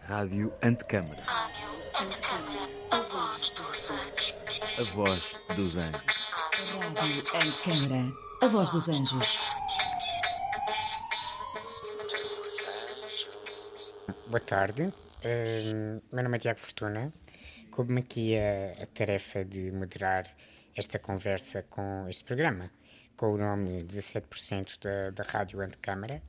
Rádio Antecâmara. A voz dos anjos. A voz dos anjos. Rádio Antecâmara. A voz dos anjos. Boa tarde, meu nome é Tiago Fortuna. Coube-me aqui a tarefa de moderar esta conversa com este programa, com o nome 17% da Rádio Antecâmara.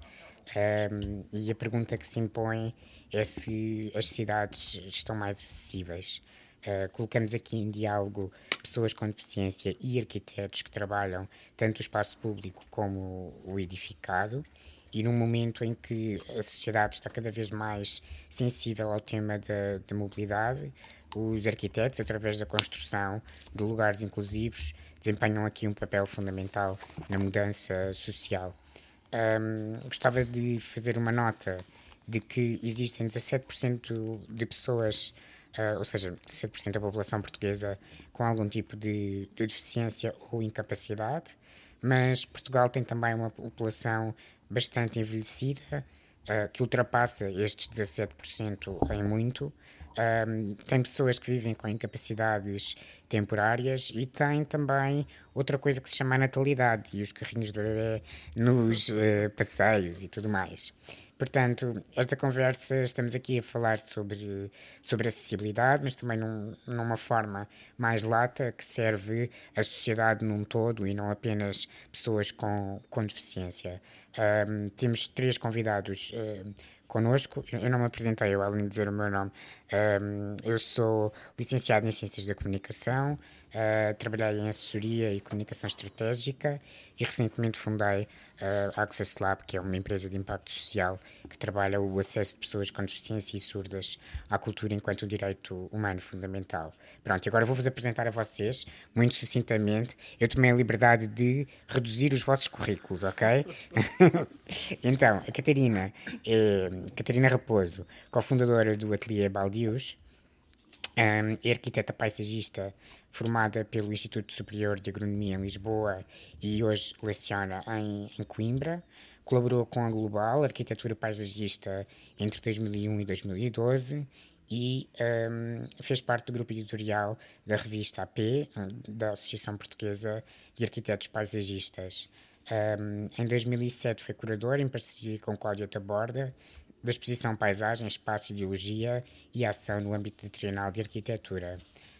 E a pergunta que se impõe é se as cidades estão mais acessíveis. Colocamos aqui em diálogo pessoas com deficiência e arquitetos que trabalham tanto o espaço público como o edificado, e num momento em que a sociedade está cada vez mais sensível ao tema da mobilidade, os arquitetos, através da construção de lugares inclusivos, desempenham aqui um papel fundamental na mudança social. Gostava de fazer uma nota de que existem 17% de pessoas, ou seja, 17% da população portuguesa com algum tipo de deficiência ou incapacidade, mas Portugal tem também uma população bastante envelhecida, que ultrapassa estes 17% em muito. Tem pessoas que vivem com incapacidades temporárias e tem também outra coisa que se chama a natalidade e os carrinhos de bebê nos passeios e tudo mais. Portanto, esta conversa, estamos aqui a falar sobre acessibilidade, mas também numa forma mais lata que serve a sociedade num todo e não apenas pessoas com deficiência. Temos 3 convidados connosco. Eu não me apresentei, eu além de dizer o meu nome. Eu sou licenciado em Ciências da Comunicação, trabalhei em assessoria e comunicação estratégica e recentemente fundei a Access Lab, que é uma empresa de impacto social que trabalha o acesso de pessoas com deficiência e surdas à cultura enquanto um direito humano fundamental. Pronto, e agora vou-vos apresentar a vocês, muito sucintamente. Eu tomei a liberdade de reduzir os vossos currículos, ok? Então, a Catarina é Catarina Raposo, cofundadora do Ateliê Baldius, é arquiteta paisagista formada pelo Instituto Superior de Agronomia em Lisboa e hoje leciona em Coimbra. Colaborou com a Global Arquitetura Paisagista entre 2001 e 2012 e fez parte do grupo editorial da revista AP, da Associação Portuguesa de Arquitetos Paisagistas. Em 2007 foi curador, em parceria com Cláudia Taborda, da exposição Paisagem, Espaço, Ideologia e Ação no âmbito da Trienal de Arquitetura.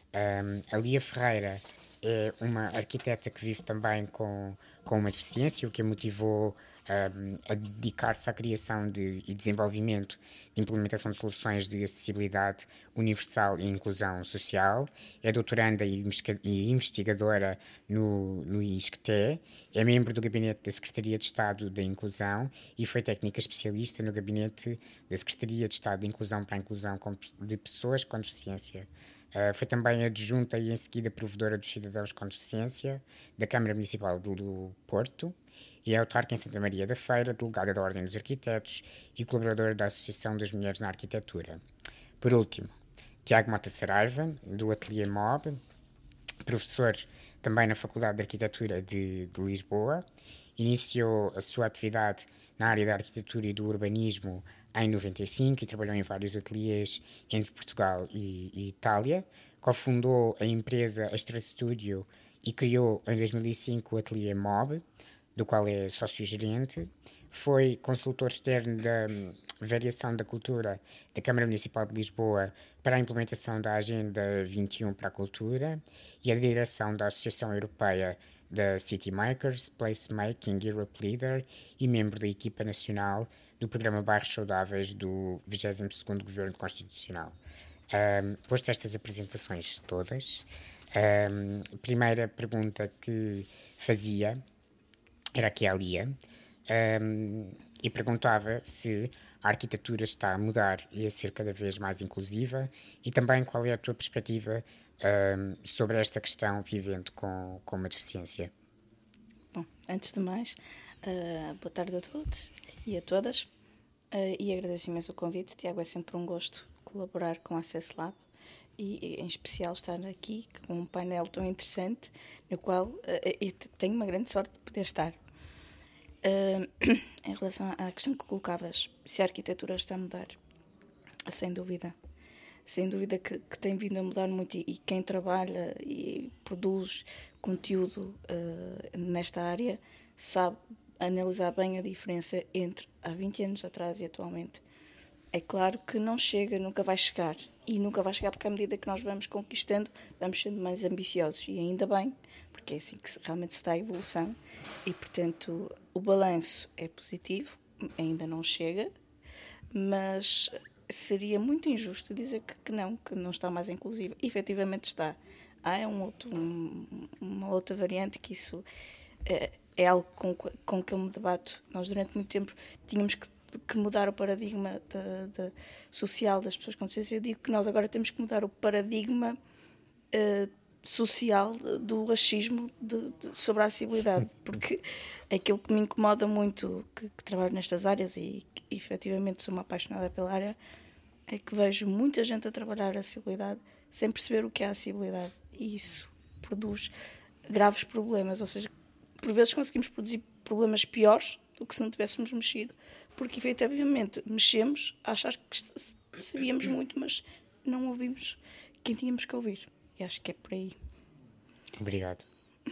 A Lia Ferreira é uma arquiteta que vive também com uma deficiência, o que a motivou a dedicar-se à criação e desenvolvimento de implementação de soluções de acessibilidade universal e inclusão social. É doutoranda e investigadora no ISCTE, é membro do Gabinete da Secretaria de Estado da Inclusão e foi técnica especialista no Gabinete da Secretaria de Estado de Inclusão para a Inclusão de Pessoas com Deficiência. Foi também adjunta e em seguida provedora dos cidadãos com deficiência da Câmara Municipal do Porto e é autarca em Santa Maria da Feira, delegada da Ordem dos Arquitetos e colaboradora da Associação das Mulheres na Arquitetura. Por último, Tiago Mota Saraiva, do Ateliê MOB, professor também na Faculdade de Arquitetura de Lisboa, iniciou a sua atividade na área da arquitetura e do urbanismo em 95 e trabalhou em vários ateliês entre Portugal e Itália. Cofundou a empresa Astra Studio e criou em 2005 o Ateliê MOB, do qual é sócio-gerente. Foi consultor externo da Variação da Cultura da Câmara Municipal de Lisboa para a implementação da Agenda 21 para a Cultura e a direção da Associação Europeia da City Makers, Placemaking Europe Leader e membro da equipa nacional do Programa Bairros Saudáveis do 22º Governo Constitucional. Posto estas apresentações todas, a primeira pergunta que fazia era aqui a Lia, e perguntava se a arquitetura está a mudar e a ser cada vez mais inclusiva e também qual é a tua perspectiva sobre esta questão vivendo com uma deficiência. Bom, antes de mais, boa tarde a todos e a todas e agradeço imenso o convite. Tiago, é sempre um gosto colaborar com a Access Lab e em especial estar aqui com um painel tão interessante no qual eu tenho uma grande sorte de poder estar. Em relação à questão que colocavas, se a arquitetura está a mudar Sem dúvida. Sem dúvida que tem vindo a mudar muito e quem trabalha e produz conteúdo nesta área sabe analisar bem a diferença entre há 20 anos atrás e atualmente. É claro que não chega, nunca vai chegar. E nunca vai chegar porque à medida que nós vamos conquistando, vamos sendo mais ambiciosos. E ainda bem, porque é assim que realmente se dá a evolução. E, portanto, o balanço é positivo, ainda não chega, mas seria muito injusto dizer que não está mais inclusiva. E, efetivamente está. Há uma outra variante que isso é algo com que eu me debato. Nós, durante muito tempo, tínhamos que mudar o paradigma social das pessoas com deficiência. Eu digo que nós agora temos que mudar o paradigma social do achismo sobre a acessibilidade, porque aquilo que me incomoda muito, que trabalho nestas áreas e que efetivamente sou uma apaixonada pela área, é que vejo muita gente a trabalhar a acessibilidade sem perceber o que é a acessibilidade, e isso produz graves problemas, ou seja, por vezes conseguimos produzir problemas piores do que se não tivéssemos mexido, porque efetivamente mexemos a achar que sabíamos muito, mas não ouvimos quem tínhamos que ouvir. E acho que é por aí. Obrigado.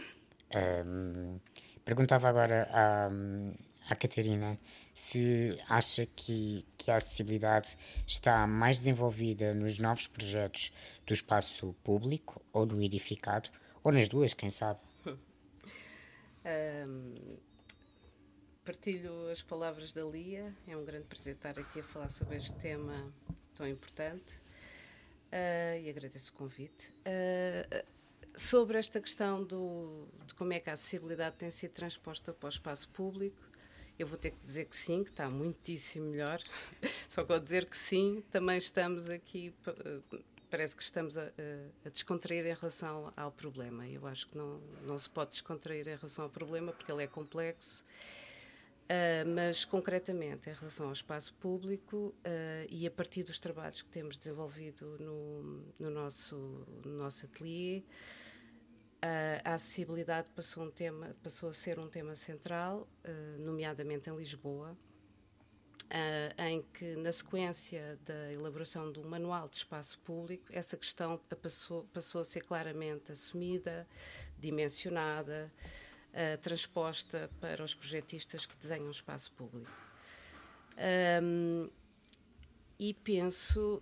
Perguntava agora à Catarina se acha que a acessibilidade está mais desenvolvida nos novos projetos do espaço público ou do edificado, ou nas duas, quem sabe? Partilho as palavras da Lia. É um grande prazer estar aqui a falar sobre este tema tão importante e agradeço o convite. Sobre esta questão de como é que a acessibilidade tem sido transposta para o espaço público, eu vou ter que dizer que sim, que está muitíssimo melhor. Só que ao dizer que sim, também estamos aqui, parece que estamos a descontrair em relação ao problema. Eu acho que não se pode descontrair em relação ao problema porque ele é complexo. Mas concretamente em relação ao espaço público e a partir dos trabalhos que temos desenvolvido no nosso ateliê, a acessibilidade passou a ser um tema central, nomeadamente em Lisboa, em que na sequência da elaboração do manual de espaço público essa questão passou a ser claramente assumida, dimensionada, transposta para os projetistas que desenham espaço público. E penso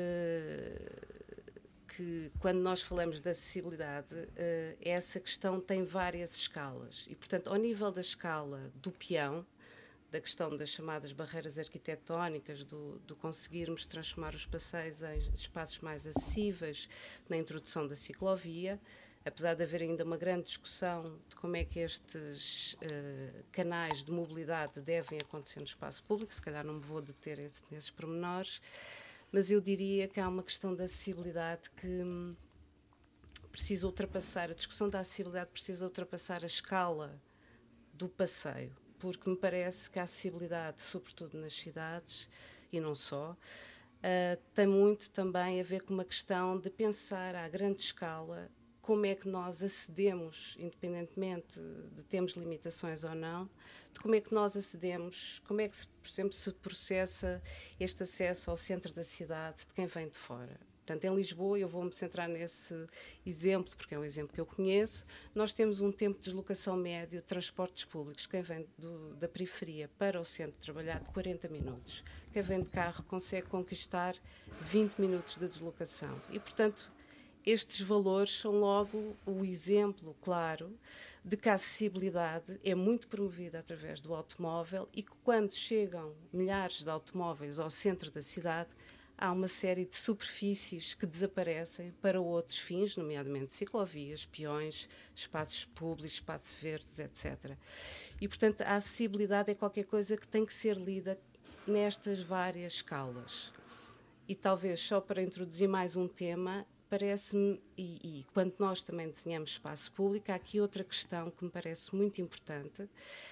que quando nós falamos de acessibilidade, essa questão tem várias escalas. E, portanto, ao nível da escala do peão, da questão das chamadas barreiras arquitetónicas, do conseguirmos transformar os passeios em espaços mais acessíveis, na introdução da ciclovia, apesar de haver ainda uma grande discussão de como é que estes canais de mobilidade devem acontecer no espaço público, se calhar não me vou deter nesses pormenores, mas eu diria que há uma questão da acessibilidade que precisa ultrapassar, a discussão da acessibilidade precisa ultrapassar a escala do passeio, porque me parece que a acessibilidade, sobretudo nas cidades, e não só, tem muito também a ver com uma questão de pensar à grande escala como é que nós acedemos, independentemente de termos limitações ou não, de como é que nós acedemos, como é que, por exemplo, se processa este acesso ao centro da cidade de quem vem de fora. Portanto, em Lisboa, eu vou-me centrar nesse exemplo, porque é um exemplo que eu conheço, nós temos um tempo de deslocação médio de transportes públicos. Quem vem da periferia para o centro de trabalhar de 40 minutos. Quem vem de carro consegue conquistar 20 minutos de deslocação. E, portanto, estes valores são logo o exemplo claro de que a acessibilidade é muito promovida através do automóvel e que quando chegam milhares de automóveis ao centro da cidade, há uma série de superfícies que desaparecem para outros fins, nomeadamente ciclovias, peões, espaços públicos, espaços verdes, etc. E, portanto, a acessibilidade é qualquer coisa que tem que ser lida nestas várias escalas. E talvez só para introduzir mais um tema, parece-me, e quando nós também desenhamos espaço público, há aqui outra questão que me parece muito importante,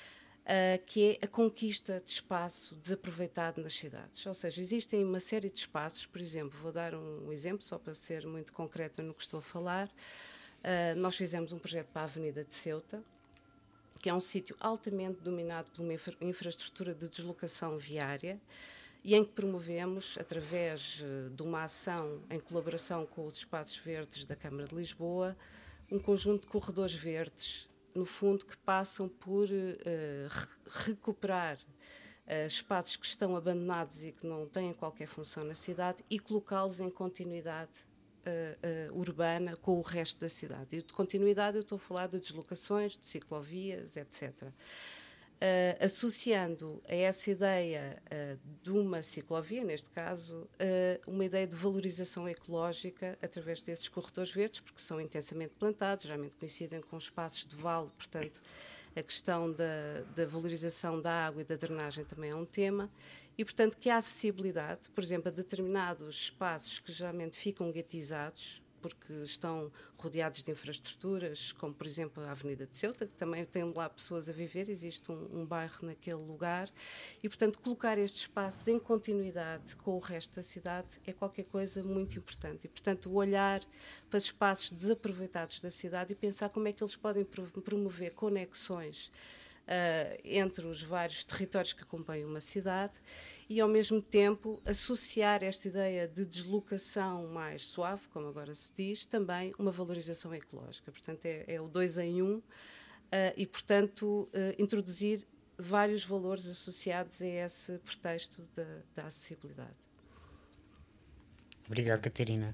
que é a conquista de espaço desaproveitado nas cidades. Ou seja, existem uma série de espaços, por exemplo, vou dar um exemplo só para ser muito concreta no que estou a falar. Nós fizemos um projeto para a Avenida de Ceuta, que é um sítio altamente dominado por uma infraestrutura de deslocação viária e em que promovemos, através de uma ação em colaboração com os Espaços Verdes da Câmara de Lisboa, um conjunto de corredores verdes, no fundo, que passam por recuperar espaços que estão abandonados e que não têm qualquer função na cidade e colocá-los em continuidade urbana com o resto da cidade. E de continuidade eu estou a falar de deslocações, de ciclovias, etc. Associando a essa ideia de uma ciclovia, neste caso, uma ideia de valorização ecológica através desses corredores verdes, porque são intensamente plantados, geralmente coincidem com espaços de vale, portanto, a questão da valorização da água e da drenagem também é um tema, e, portanto, que há acessibilidade, por exemplo, a determinados espaços que geralmente ficam guetizados, porque estão rodeados de infraestruturas, como, por exemplo, a Avenida de Ceuta, que também tem lá pessoas a viver, existe um bairro naquele lugar, e, portanto, colocar estes espaços em continuidade com o resto da cidade é qualquer coisa muito importante. E, portanto, olhar para os espaços desaproveitados da cidade e pensar como é que eles podem promover conexões entre os vários territórios que acompanham uma cidade e, ao mesmo tempo, associar esta ideia de deslocação mais suave, como agora se diz, também uma valorização ecológica. Portanto, é o 2 em 1 e, portanto, introduzir vários valores associados a esse pretexto da acessibilidade. Obrigado, Catarina.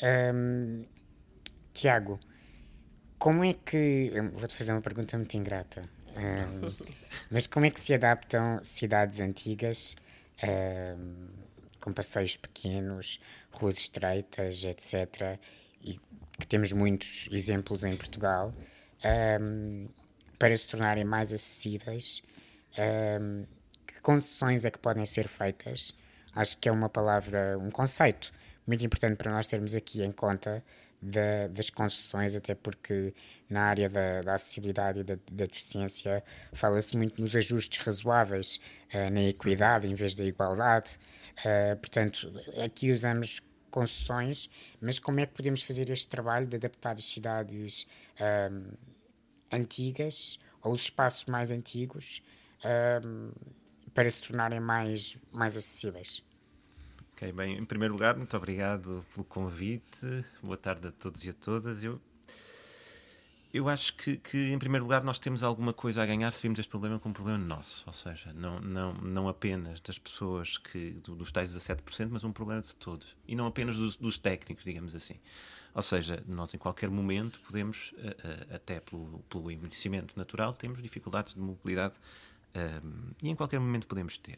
Tiago, como é que... Vou-te fazer uma pergunta muito ingrata. Mas como é que se adaptam cidades antigas com passeios pequenos, ruas estreitas, etc., e que temos muitos exemplos em Portugal, para se tornarem mais acessíveis? Que concessões é que podem ser feitas? Acho que é uma palavra, um conceito muito importante para nós termos aqui em conta das concessões, até porque na área da acessibilidade e da deficiência fala-se muito nos ajustes razoáveis, na equidade em vez da igualdade. Portanto, aqui usamos concessões, mas como é que podemos fazer este trabalho de adaptar as cidades antigas ou os espaços mais antigos para se tornarem mais acessíveis? Ok, bem, em primeiro lugar, muito obrigado pelo convite. Boa tarde a todos e a todas. Eu acho que em primeiro lugar, nós temos alguma coisa a ganhar se vimos este problema como um problema nosso. Ou seja, não apenas das pessoas, dos tais 17%, mas um problema de todos. E não apenas dos técnicos, digamos assim. Ou seja, nós em qualquer momento podemos, até pelo envelhecimento natural, temos dificuldades de mobilidade e em qualquer momento podemos ter.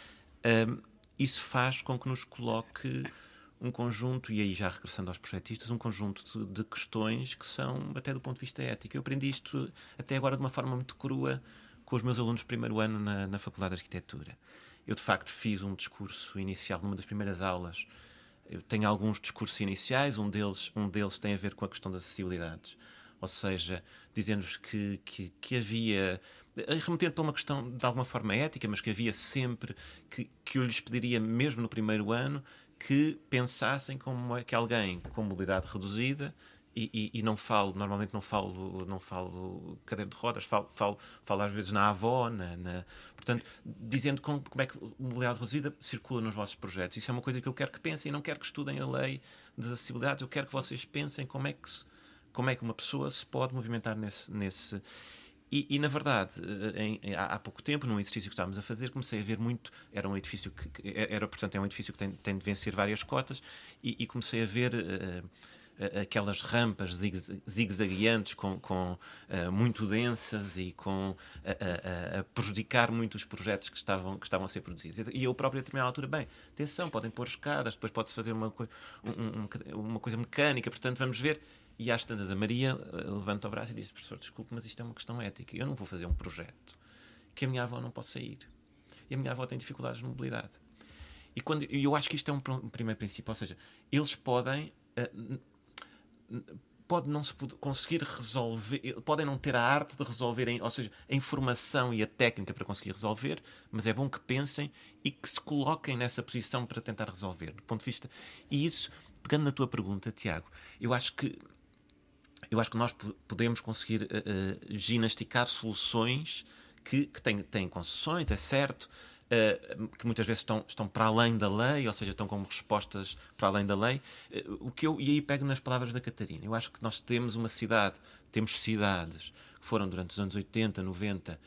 Isso faz com que nos coloque um conjunto, e aí já regressando aos projetistas, um conjunto de questões que são, até do ponto de vista ético. Eu aprendi isto até agora de uma forma muito crua com os meus alunos de primeiro ano na Faculdade de Arquitetura. Eu, de facto, fiz um discurso inicial numa das primeiras aulas. Eu tenho alguns discursos iniciais, um deles tem a ver com a questão das acessibilidades. Ou seja, dizendo-nos que havia... remetendo para uma questão de alguma forma ética, mas que havia sempre que eu lhes pediria, mesmo no primeiro ano, que pensassem como é que alguém com mobilidade reduzida, e normalmente não falo cadeira de rodas, falo às vezes na avó, portanto, dizendo como é que a mobilidade reduzida circula nos vossos projetos. Isso é uma coisa que eu quero que pensem, e não quero que estudem a lei das acessibilidades, eu quero que vocês pensem como é que uma pessoa se pode movimentar nesse... E na verdade, há pouco tempo, num exercício que estávamos a fazer, comecei a ver muito... Era um edifício portanto, é um edifício que tem de vencer várias cotas, e comecei a ver aquelas rampas zigue-zagueantes com muito densas e a prejudicar muito os projetos que estavam a ser produzidos. E eu próprio, a determinada altura, bem, atenção, podem pôr escadas, depois pode-se fazer uma coisa mecânica, portanto, vamos ver... E às tantas, a Maria levanta o braço e diz: professor, desculpe, mas isto é uma questão ética. Eu não vou fazer um projeto que a minha avó não pode sair. E a minha avó tem dificuldades de mobilidade. E eu acho que isto é um primeiro princípio. Ou seja, eles podem não se conseguir resolver, podem não ter a arte de resolver, ou seja, a informação e a técnica para conseguir resolver, mas é bom que pensem e que se coloquem nessa posição para tentar resolver. Do ponto de vista... E isso, pegando na tua pergunta, Tiago, eu acho que nós podemos conseguir ginasticar soluções que têm concessões, é certo, que muitas vezes estão para além da lei, ou seja, estão como respostas para além da lei. E aí pego nas palavras da Catarina. Eu acho que nós temos cidades que foram durante os anos 80, 90,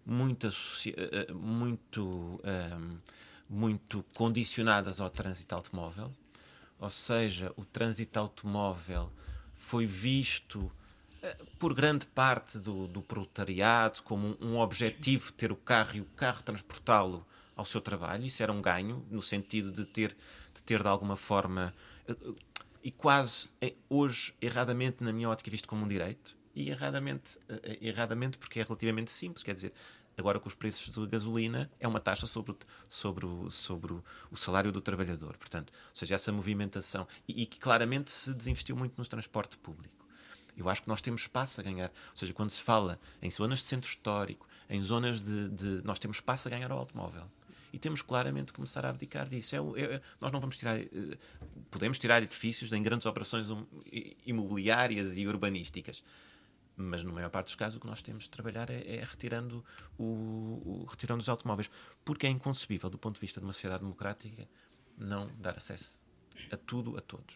muito condicionadas ao trânsito automóvel. Ou seja, o trânsito automóvel foi visto por grande parte do proletariado como um objetivo de ter o carro e o carro transportá-lo ao seu trabalho. Isso era um ganho, no sentido de ter de alguma forma, e quase hoje, erradamente, na minha ótica, visto como um direito, e erradamente porque é relativamente simples, quer dizer, agora com os preços de gasolina é uma taxa sobre o salário do trabalhador, portanto, ou seja, essa movimentação, e que claramente se desinvestiu muito no transporte público. Eu acho que nós temos espaço a ganhar, ou seja, quando se fala em zonas de centro histórico, em zonas nós temos espaço a ganhar ao automóvel. E temos claramente de começar a abdicar disso. Nós não vamos tirar... podemos tirar edifícios em grandes operações imobiliárias e urbanísticas. Mas, na maior parte dos casos, o que nós temos de trabalhar é retirando os automóveis. Porque é inconcebível, do ponto de vista de uma sociedade democrática, não dar acesso a tudo, a todos.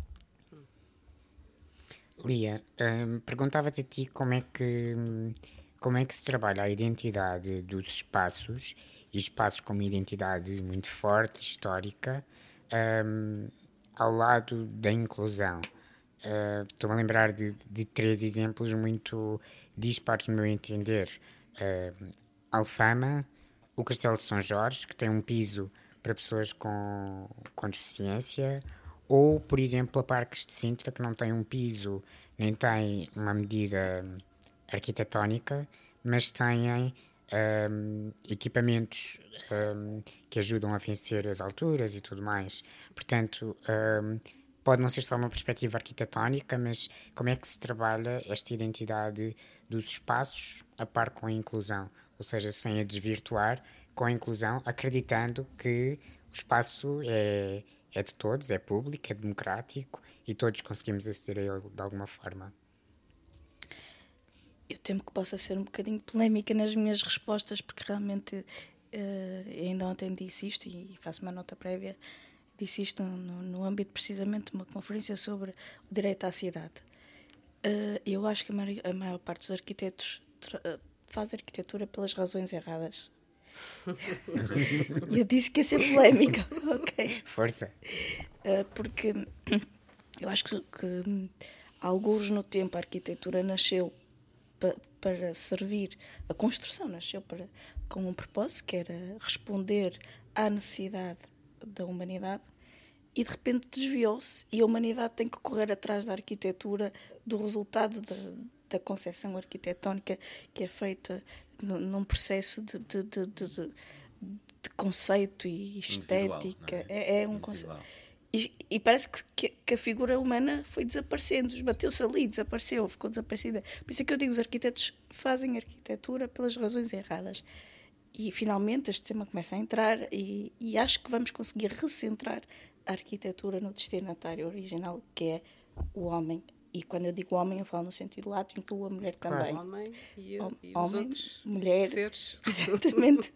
Lia, perguntava-te a ti como é que se trabalha a identidade dos espaços, e espaços com uma identidade muito forte, histórica, ao lado da inclusão. Estou-me a lembrar de 3 exemplos muito dispares no meu entender. Alfama, o Castelo de São Jorge, que tem um piso para pessoas com deficiência, ou, por exemplo, a Parques de Sintra, que não tem um piso, nem tem uma medida arquitetónica, mas têm equipamentos que ajudam a vencer as alturas e tudo mais. Portanto, pode não ser só uma perspectiva arquitetónica, mas como é que se trabalha esta identidade dos espaços a par com a inclusão? Ou seja, sem a desvirtuar, com a inclusão, acreditando que o espaço é de todos, é público, é democrático e todos conseguimos aceder a ele de alguma forma. Eu temo que possa ser um bocadinho polémica nas minhas respostas, porque realmente ainda ontem disse isto e faço uma nota prévia, disse isto no âmbito precisamente de uma conferência sobre o direito à cidade. Eu acho que a maior parte dos arquitetos faz arquitetura pelas razões erradas. Eu disse que ia ser polémica, ok? Força! Porque eu acho que alguns no tempo a arquitetura nasceu para servir, a construção nasceu com um propósito, que era responder à necessidade da humanidade, e de repente desviou-se e a humanidade tem que correr atrás da arquitetura, do resultado da concepção arquitetónica que é feita num processo de conceito e estética. É um conceito. E parece que a figura humana foi desaparecendo, esbateu-se ali, desapareceu, ficou desaparecida. Por isso é que eu digo, os arquitetos fazem arquitetura pelas razões erradas. E finalmente este tema começa a entrar e acho que vamos conseguir recentrar a arquitetura no destinatário original, que é o homem. E quando eu digo homem, eu falo no sentido lato, incluo a mulher também. O homem e os homem, outros mulher, seres. Exatamente.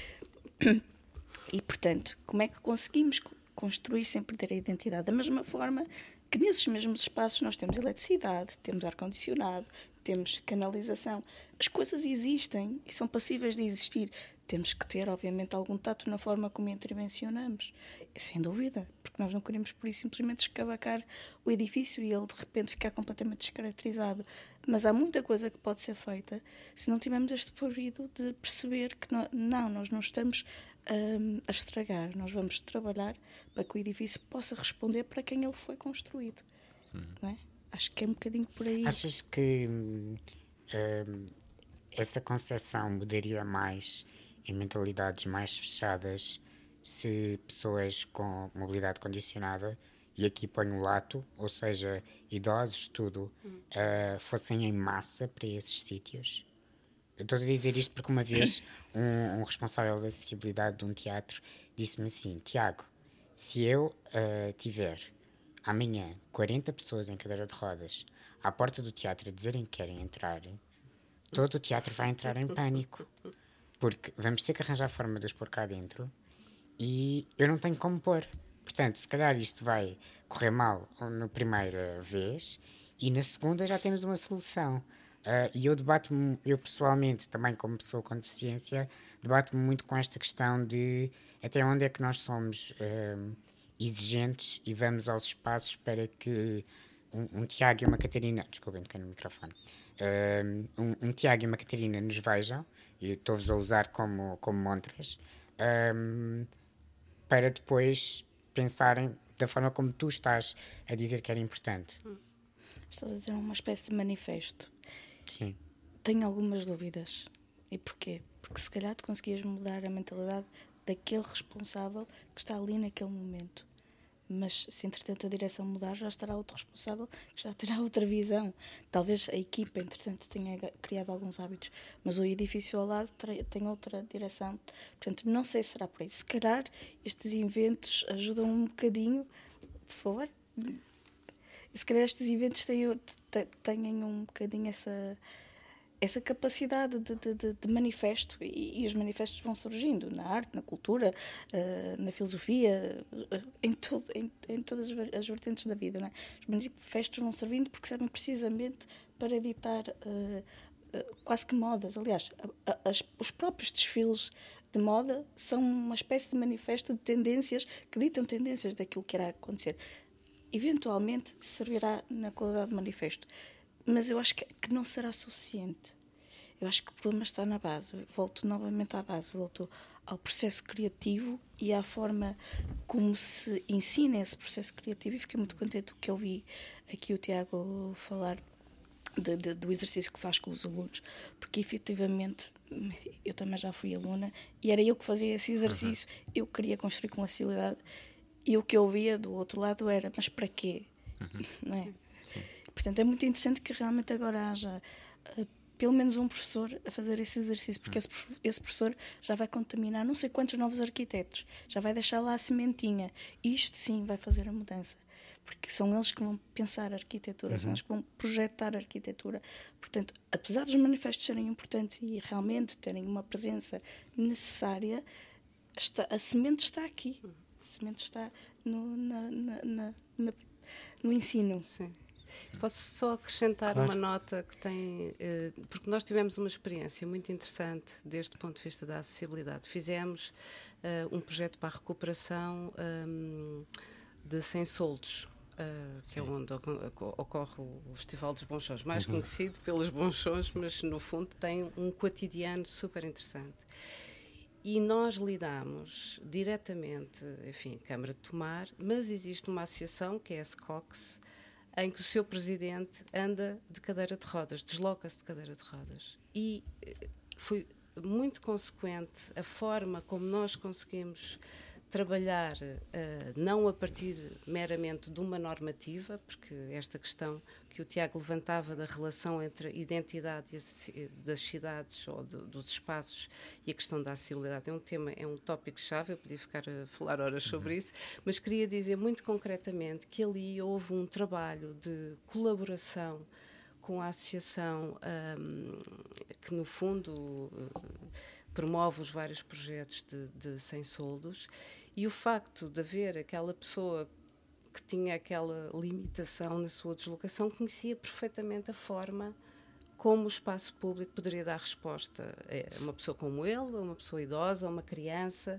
E, portanto, como é que conseguimos construir sem perder a identidade? Da mesma forma que nesses mesmos espaços nós temos eletricidade, temos ar-condicionado, temos canalização. As coisas existem e são passíveis de existir. Temos que ter, obviamente, algum tato na forma como intervencionamos. Sem dúvida, porque nós não queremos, por isso, simplesmente escavacar o edifício e ele, de repente, ficar completamente descaracterizado. Mas há muita coisa que pode ser feita se não tivermos este período de perceber que nós não estamos a estragar. Nós vamos trabalhar para que o edifício possa responder para quem ele foi construído. Não é? Acho que é um bocadinho por aí. Achas que essa concepção mudaria mais em mentalidades mais fechadas se pessoas com mobilidade condicionada, e aqui ponho o lato, ou seja, idosos, tudo, fossem em massa para esses sítios? Eu estou a dizer isto porque uma vez um responsável da acessibilidade de um teatro disse-me assim: Tiago, se eu tiver amanhã 40 pessoas em cadeira de rodas à porta do teatro a dizerem que querem entrar, todo o teatro vai entrar em pânico. porque vamos ter que arranjar forma de os pôr cá dentro e eu não tenho como pôr. Portanto, se calhar isto vai correr mal na primeira vez e na segunda já temos uma solução. E eu pessoalmente, também como pessoa com deficiência, debato-me muito com esta questão de até onde é que nós somos exigentes e vamos aos espaços para que um Tiago e uma Catarina, desculpem, toquei no microfone, um Tiago e uma Catarina nos vejam, e estou-vos a usar como montras, para depois pensarem da forma como tu estás a dizer que era importante. Estás a dizer uma espécie de manifesto. Sim. Tenho algumas dúvidas. E porquê? Porque se calhar tu conseguias mudar a mentalidade daquele responsável que está ali naquele momento. Mas se entretanto a direção mudar, já estará outro responsável que já terá outra visão. Talvez a equipa entretanto tenha criado alguns hábitos, mas o edifício ao lado tem outra direção. Portanto, não sei se será por aí. Se calhar estes eventos ajudam um bocadinho, por favor. E se calhar estes eventos tenham um bocadinho essa capacidade de manifesto, e os manifestos vão surgindo na arte, na cultura, na filosofia, em todas as vertentes da vida, não é? Os manifestos vão servindo porque servem precisamente para editar quase que modas. Aliás, os próprios desfiles de moda são uma espécie de manifesto de tendências que ditam tendências daquilo que irá acontecer. Eventualmente servirá na qualidade de manifesto, mas eu acho que não será suficiente. Eu acho que o problema está na base. Volto novamente à base, volto ao processo criativo e à forma como se ensina esse processo criativo, e fiquei muito contente que eu vi aqui o Tiago falar do exercício que faz com os alunos, porque efetivamente eu também já fui aluna e era eu que fazia esse exercício. Eu queria construir com facilidade e o que eu via do outro lado era, mas para quê? Não é? Sim. Portanto, é muito interessante que realmente agora haja pelo menos um professor a fazer esse exercício, porque esse professor já vai contaminar não sei quantos novos arquitetos, já vai deixar lá a sementinha. Isto sim vai fazer a mudança, porque são eles que vão pensar a arquitetura, são eles que vão projetar a arquitetura. Portanto, apesar dos manifestos serem importantes e realmente terem uma presença necessária, a semente está aqui. A semente está no ensino. Sim. Posso só acrescentar uma nota que tem... porque nós tivemos uma experiência muito interessante desde o ponto de vista da acessibilidade. Fizemos um projeto para a recuperação de Sem Soldos, que é onde ocorre o Festival dos Bons Sons, mais conhecido pelos Bons Sons, mas no fundo tem um cotidiano super interessante. E nós lidamos diretamente, enfim, Câmara de Tomar, mas existe uma associação, que é a SCOX, em que o seu presidente anda de cadeira de rodas, desloca-se de cadeira de rodas. E foi muito consequente a forma como nós conseguimos trabalhar, não a partir meramente de uma normativa, porque esta questão que o Tiago levantava da relação entre a identidade das cidades ou dos espaços e a questão da acessibilidade é um tópico-chave. Eu podia ficar a falar horas sobre isso, mas queria dizer muito concretamente que ali houve um trabalho de colaboração com a associação que, no fundo, promove os vários projetos de Sem Soldos, e o facto de haver aquela pessoa que tinha aquela limitação na sua deslocação conhecia perfeitamente a forma como o espaço público poderia dar resposta a uma pessoa como ele, a uma pessoa idosa, a uma criança,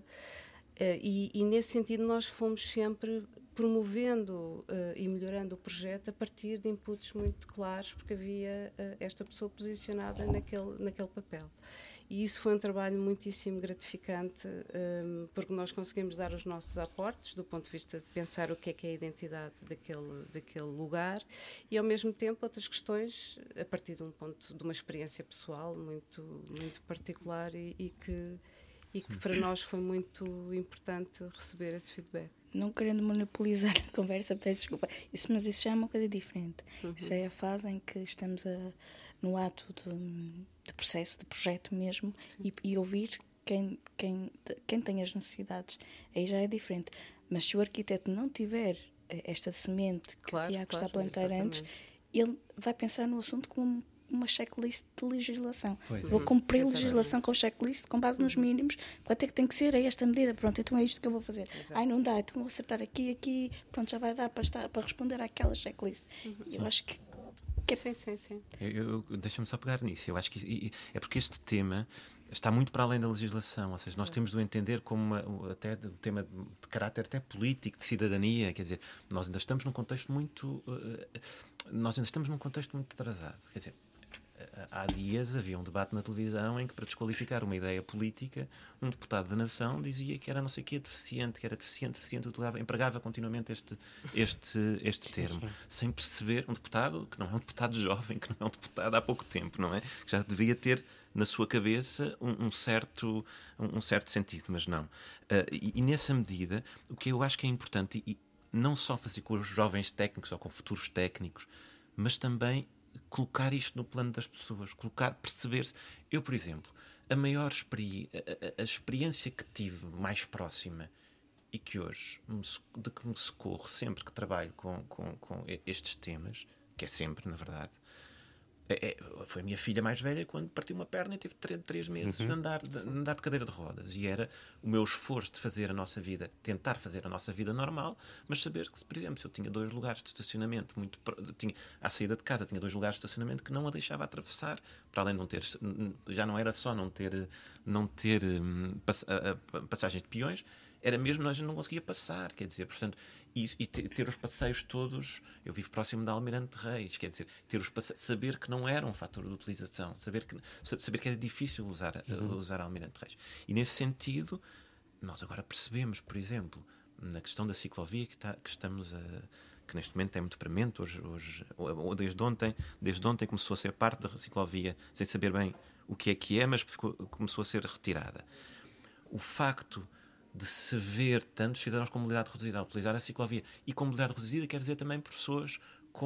e nesse sentido nós fomos sempre promovendo e melhorando o projeto a partir de inputs muito claros, porque havia esta pessoa posicionada naquele papel. E isso foi um trabalho muitíssimo gratificante, porque nós conseguimos dar os nossos aportes do ponto de vista de pensar o que é a identidade daquele lugar, e ao mesmo tempo outras questões a partir de uma experiência pessoal muito, muito particular e que para nós foi muito importante receber esse feedback. Não querendo monopolizar a conversa, peço desculpa, mas isso já é uma coisa diferente. Isso já é a fase em que estamos no ato de processo, de projeto mesmo, e ouvir quem tem as necessidades. Aí já é diferente. Mas se o arquiteto não tiver esta semente que o Tiago está a plantar antes, ele vai pensar no assunto como uma checklist de legislação. Pois é. Vou cumprir Exatamente. legislação com checklist com base nos mínimos. Quanto é que tem que ser? É esta medida. Pronto, então é isto que eu vou fazer. Ai, não dá, então vou acertar aqui. Pronto, já vai dar para responder àquela checklist. E eu acho que Sim. Deixa-me só pegar nisso. Eu acho que é porque este tema está muito para além da legislação, ou seja, nós temos de o entender como até um tema de caráter até político, de cidadania, quer dizer, nós ainda estamos num contexto muito atrasado. Quer dizer, há dias havia um debate na televisão em que, para desqualificar uma ideia política, um deputado da nação dizia que era não sei o que, deficiente, utilizava, empregava continuamente este termo, sem perceber, um deputado que não é um deputado jovem, que não é um deputado há pouco tempo, não é? Que já devia ter na sua cabeça um certo sentido, mas não. E nessa medida, o que eu acho que é importante, e não só fazer com os jovens técnicos ou com futuros técnicos, mas também colocar isto no plano das pessoas, perceber-se. Eu, por exemplo, a experiência que tive mais próxima e que hoje de que me socorro sempre que trabalho com estes temas, que é sempre, na verdade, foi a minha filha mais velha quando partiu uma perna e teve 3 meses de andar de cadeira de rodas, e era o meu esforço de fazer a nossa vida, tentar fazer a nossa vida normal, mas saber que, por exemplo, se eu tinha 2 lugares de estacionamento à saída de casa tinha 2 lugares de estacionamento que não a deixava atravessar, para além de não ter, já não era só não ter passagens de peões, era mesmo, nós não conseguia passar, quer dizer, portanto, e ter os passeios todos. Eu vivo próximo da Almirante Reis, quer dizer, ter os passeios, saber que não era um fator de utilização, saber que era difícil usar a Almirante Reis. E nesse sentido, nós agora percebemos, por exemplo, na questão da ciclovia que neste momento é muito premente, desde ontem começou a ser parte da ciclovia, sem saber bem o que é, mas começou a ser retirada. O facto de se ver tantos cidadãos com mobilidade reduzida a utilizar a ciclovia, e com mobilidade reduzida quer dizer também pessoas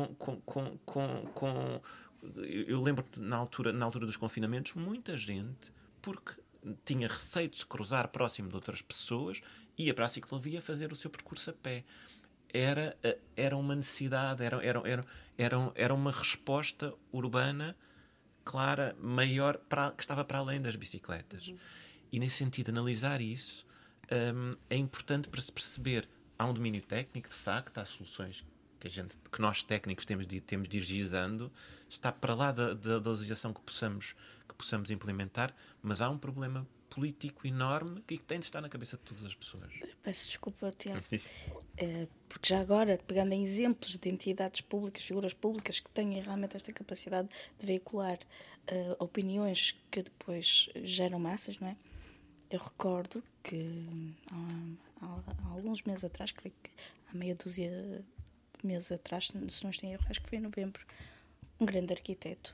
eu lembro que na altura dos confinamentos, muita gente, porque tinha receio de se cruzar próximo de outras pessoas, ia para a ciclovia fazer o seu percurso a pé. Era uma necessidade, era uma resposta urbana clara, maior, que estava para além das bicicletas. E nesse sentido, analisar isso é importante para se perceber. Há um domínio técnico, de facto, há soluções que nós técnicos temos de ir gizando, está para lá da legislação que possamos implementar, mas há um problema político enorme que tem de estar na cabeça de todas as pessoas. Peço desculpa, Tiago, porque já agora, pegando em exemplos de entidades públicas, figuras públicas que têm realmente esta capacidade de veicular opiniões que depois geram massas, não é? Eu recordo que há alguns meses atrás, creio que há meia dúzia de meses atrás, se não estou em erro, acho que foi em novembro, um grande arquiteto,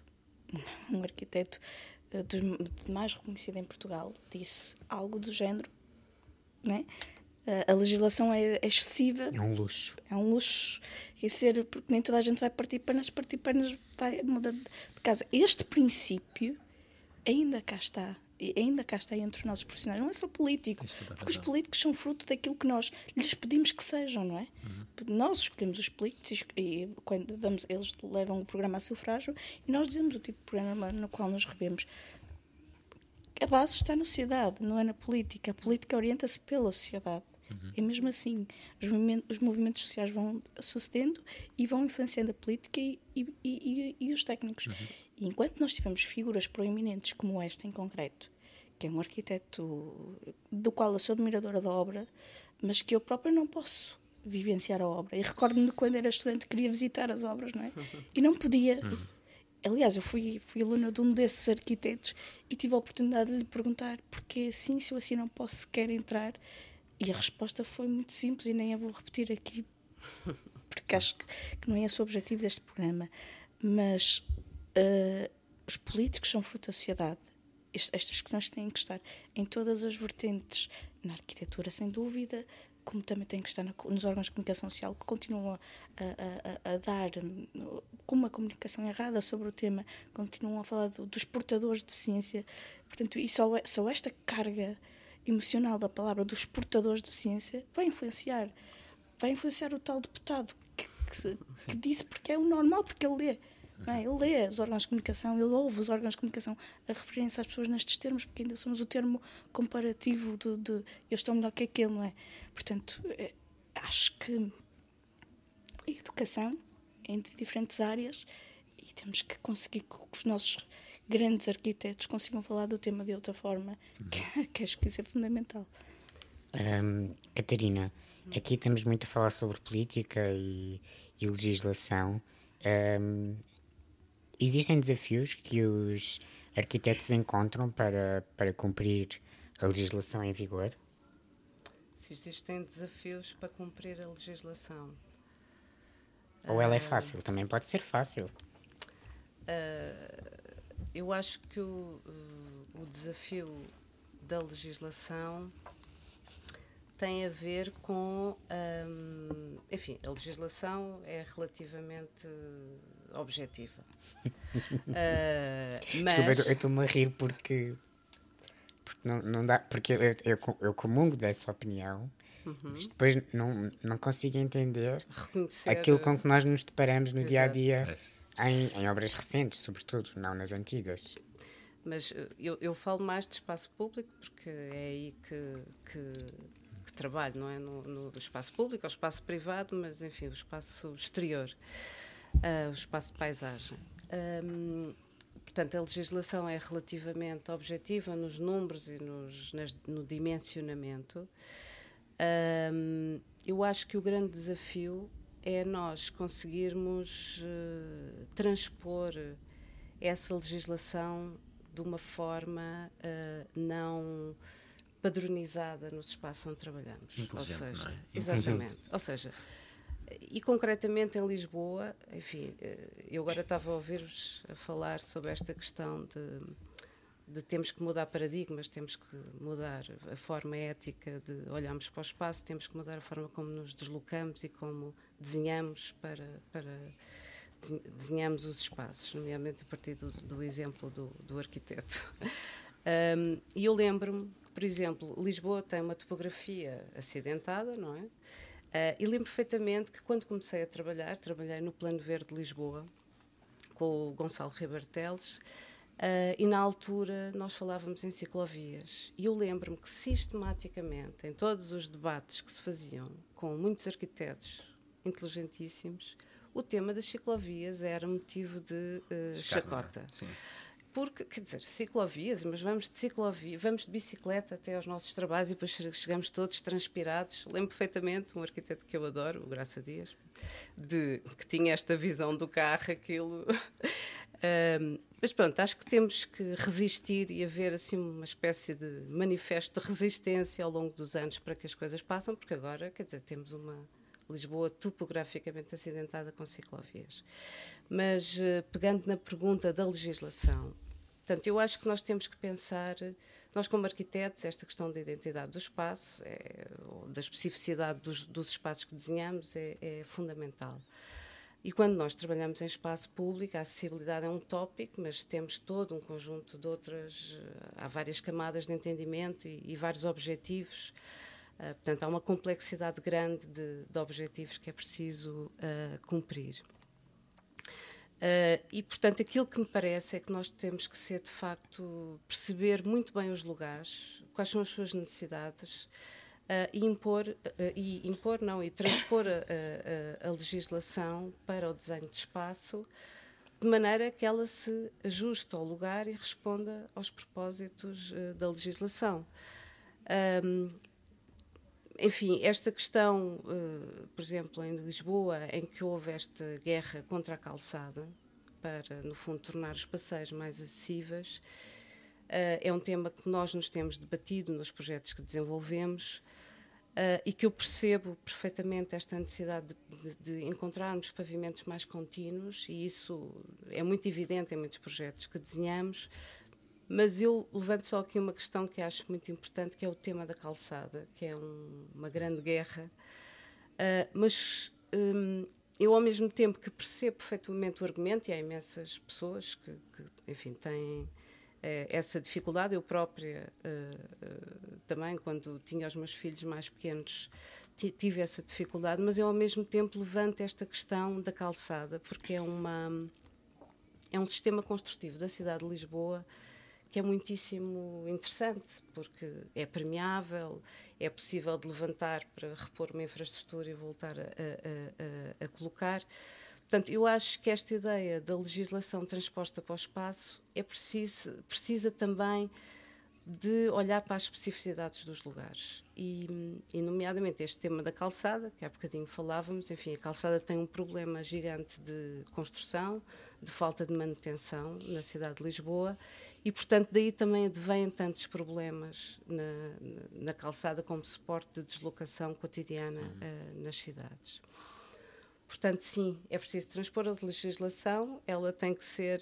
de mais reconhecido em Portugal, disse algo do género, né? A legislação é excessiva. É um luxo. É um luxo. Porque nem toda a gente vai partir pernas vai mudar de casa. Este princípio ainda cá está entre os nossos profissionais. Não é só político, porque os políticos são fruto daquilo que nós lhes pedimos que sejam, não é? Nós escolhemos os políticos e quando eles levam o programa a sufrágio e nós dizemos o tipo de programa no qual nos revemos. A base está na sociedade, não é na política. A política orienta-se pela sociedade. E mesmo assim, os movimentos sociais vão sucedendo e vão influenciando a política e os técnicos. E enquanto nós tivermos figuras proeminentes como esta em concreto, que é um arquiteto do qual eu sou admiradora da obra, mas que eu própria não posso vivenciar a obra. E recordo-me de quando era estudante, queria visitar as obras, não é? E não podia. Aliás, eu fui aluna de um desses arquitetos e tive a oportunidade de lhe perguntar porque assim, se eu assim não posso sequer entrar. E a resposta foi muito simples e nem a vou repetir aqui, porque acho que não é esse o objetivo deste programa. Mas os políticos são fruto da sociedade. Estas questões têm que estar em todas as vertentes, na arquitetura, sem dúvida, como também têm que estar nos órgãos de comunicação social, que continuam a dar com uma comunicação errada sobre o tema, continuam a falar dos portadores de deficiência. Portanto, e só esta carga emocional da palavra dos portadores de deficiência vai influenciar o tal deputado que disse porque é o normal, porque ele lê. não é? Ele lê os órgãos de comunicação, ele ouve os órgãos de comunicação a referirem-se às pessoas nestes termos, porque ainda somos o termo comparativo de eu estou melhor que aquele, não é? Portanto, acho que a educação em diferentes áreas, e temos que conseguir que os nossos grandes arquitetos consigam falar do tema de outra forma, que acho que isso é fundamental. Catarina, aqui estamos muito a falar sobre política e legislação. Existem desafios que os arquitetos encontram para cumprir a legislação em vigor? Se existem desafios para cumprir a legislação. Ou ela é fácil? Também pode ser fácil. Eu acho que o desafio da legislação tem a ver com... enfim, a legislação é relativamente objetiva. Mas... Desculpa, eu estou-me a rir porque não dá, porque eu comungo dessa opinião, mas depois não consigo entender aquilo com que nós nos deparamos no dia-a-dia em obras recentes, sobretudo, não nas antigas. Mas eu falo mais de espaço público porque é aí que trabalho, não é? No espaço público, ou espaço privado, mas enfim, o espaço exterior, o espaço de paisagem. Portanto, a legislação é relativamente objetiva nos números e no dimensionamento. Eu acho que o grande desafio é nós conseguirmos transpor essa legislação de uma forma não padronizada nos espaços onde trabalhamos. Inteligente, ou seja, não é? Exatamente. Ou seja, e concretamente em Lisboa, enfim, eu agora estava a ouvir-vos a falar sobre esta questão de temos que mudar paradigmas, temos que mudar a forma ética de olharmos para o espaço, temos que mudar a forma como nos deslocamos e como desenhamos desenhamos os espaços, nomeadamente a partir do exemplo do arquiteto. E eu lembro-me que, por exemplo, Lisboa tem uma topografia acidentada, não é? E lembro perfeitamente que quando comecei a trabalhei no Plano Verde de Lisboa com o Gonçalo Ribeiro Teles, e na altura nós falávamos em ciclovias. E eu lembro-me que sistematicamente, em todos os debates que se faziam com muitos arquitetos inteligentíssimos, o tema das ciclovias era motivo de chacota. Sim. Porque, quer dizer, ciclovias, mas vamos de ciclovia, vamos de bicicleta até aos nossos trabalhos e depois chegamos todos transpirados. Lembro perfeitamente um arquiteto que eu adoro, o Graça Dias, que tinha esta visão do carro, aquilo. Mas pronto, acho que temos que resistir e haver assim uma espécie de manifesto de resistência ao longo dos anos para que as coisas passem, porque agora, quer dizer, temos uma Lisboa topograficamente acidentada com ciclovias. Mas pegando na pergunta da legislação, portanto, eu acho que nós temos que pensar, nós como arquitetos, esta questão da identidade do espaço, da especificidade dos espaços que desenhamos é fundamental. E quando nós trabalhamos em espaço público, a acessibilidade é um tópico, mas temos todo um conjunto de outras, há várias camadas de entendimento e vários objetivos. Portanto, há uma complexidade grande de objetivos que é preciso cumprir. E, portanto, aquilo que me parece é que nós temos que ser, de facto, perceber muito bem os lugares, quais são as suas necessidades, e transpor a legislação para o desenho de espaço, de maneira que ela se ajuste ao lugar e responda aos propósitos da legislação. Enfim, esta questão, por exemplo, em Lisboa, em que houve esta guerra contra a calçada, para, no fundo, tornar os passeios mais acessíveis, é um tema que nós nos temos debatido nos projetos que desenvolvemos e que eu percebo perfeitamente esta necessidade de encontrarmos pavimentos mais contínuos, e isso é muito evidente em muitos projetos que desenhamos. Mas eu levanto só aqui uma questão que acho muito importante, que é o tema da calçada, que é uma grande guerra. Mas eu, ao mesmo tempo que percebo perfeitamente o argumento, e há imensas pessoas que enfim, têm essa dificuldade. Eu própria também, quando tinha os meus filhos mais pequenos, tive essa dificuldade, mas eu, ao mesmo tempo, levanto esta questão da calçada, porque é uma é um sistema construtivo da cidade de Lisboa que é muitíssimo interessante, porque é permeável, é possível de levantar para repor uma infraestrutura e voltar a colocar. Portanto, eu acho que esta ideia da legislação transposta para o espaço precisa também de olhar para as especificidades dos lugares e nomeadamente este tema da calçada, que há bocadinho falávamos. Enfim, a calçada tem um problema gigante de construção, de falta de manutenção na cidade de Lisboa e, portanto, daí também advêm tantos problemas na calçada como suporte de deslocação cotidiana nas cidades. Portanto, sim, é preciso transpor a legislação, ela tem que ser,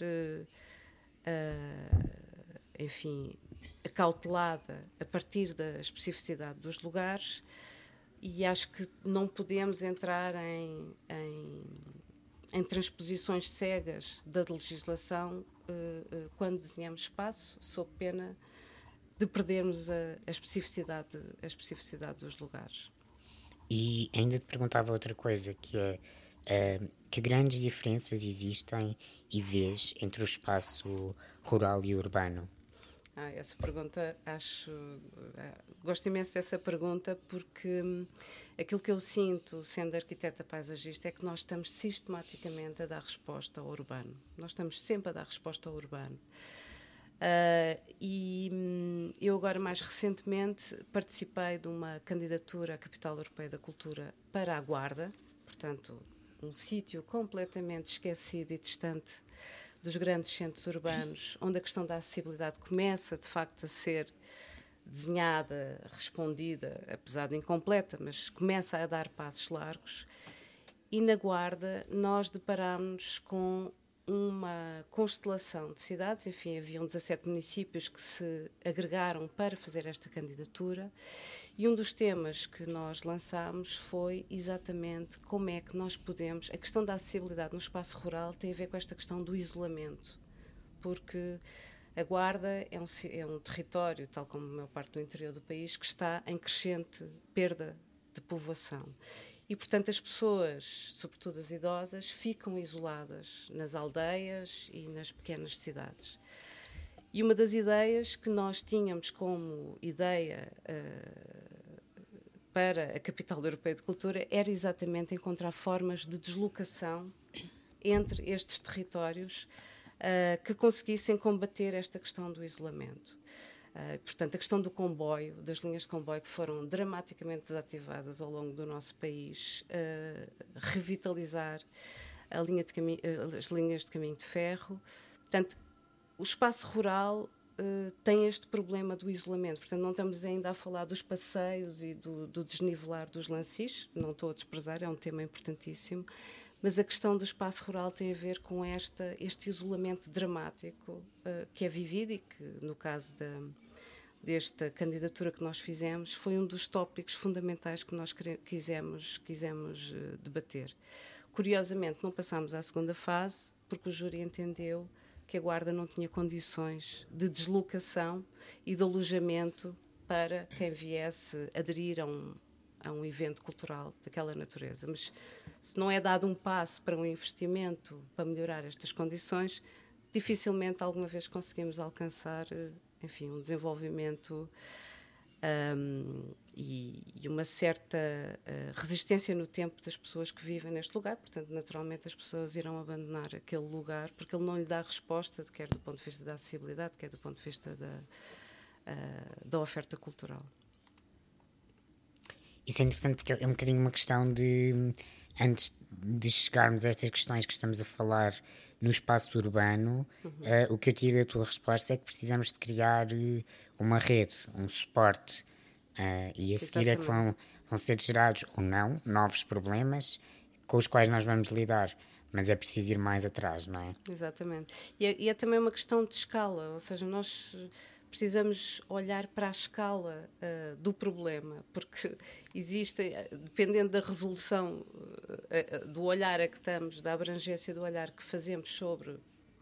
enfim, acautelada a partir da especificidade dos lugares, e acho que não podemos entrar em transposições cegas da legislação quando desenhamos espaço, sob pena de perdermos a especificidade dos lugares. E ainda te perguntava outra coisa, que é que grandes diferenças existem e vês entre o espaço rural e urbano? Essa pergunta, gosto imenso dessa pergunta, porque aquilo que eu sinto, sendo arquiteta paisagista, é que nós estamos sistematicamente a dar resposta ao urbano. Nós estamos sempre a dar resposta ao urbano. E eu agora, mais recentemente, participei de uma candidatura à Capital Europeia da Cultura para a Guarda, portanto, um sítio completamente esquecido e distante dos grandes centros urbanos, onde a questão da acessibilidade começa, de facto, a ser desenhada, respondida, apesar de incompleta, mas começa a dar passos largos. E na Guarda nós deparámos com uma constelação de cidades, enfim, haviam 17 municípios que se agregaram para fazer esta candidatura, e um dos temas que nós lançámos foi exatamente como é que nós podemos... A questão da acessibilidade no espaço rural tem a ver com esta questão do isolamento, porque a Guarda é um território, tal como a maior parte do interior do país, que está em crescente perda de povoação. E, portanto, as pessoas, sobretudo as idosas, ficam isoladas nas aldeias e nas pequenas cidades. E uma das ideias que nós tínhamos como ideia para a Capital Europeia de Cultura era exatamente encontrar formas de deslocação entre estes territórios que conseguissem combater esta questão do isolamento. Portanto, a questão do comboio, das linhas de comboio que foram dramaticamente desativadas ao longo do nosso país, revitalizar as linhas de caminho de ferro. Portanto, o espaço rural tem este problema do isolamento. Portanto, não estamos ainda a falar dos passeios e do desnivelar dos lancis, não estou a desprezar, é um tema importantíssimo, mas a questão do espaço rural tem a ver com este isolamento dramático que é vivido e que, no caso desta candidatura que nós fizemos, foi um dos tópicos fundamentais que nós quisemos debater. Curiosamente, não passámos à segunda fase, porque o júri entendeu que a Guarda não tinha condições de deslocação e de alojamento para quem viesse aderir a um evento cultural daquela natureza. Mas se não é dado um passo para um investimento para melhorar estas condições, dificilmente alguma vez conseguimos alcançar, enfim, um desenvolvimento e uma certa resistência no tempo das pessoas que vivem neste lugar. Portanto, naturalmente as pessoas irão abandonar aquele lugar porque ele não lhe dá resposta, quer do ponto de vista da acessibilidade, quer do ponto de vista da oferta cultural. Isso é interessante porque é um bocadinho uma questão de, antes de chegarmos a estas questões que estamos a falar no espaço urbano, o que eu tiro da tua resposta é que precisamos de criar uma rede, um suporte, e a seguir é que vão ser gerados ou não novos problemas com os quais nós vamos lidar, mas é preciso ir mais atrás, não é? Exatamente. E é também uma questão de escala, ou seja, nós precisamos olhar para a escala do problema, porque existe, dependendo da resolução, do olhar a que estamos, da abrangência do olhar que fazemos sobre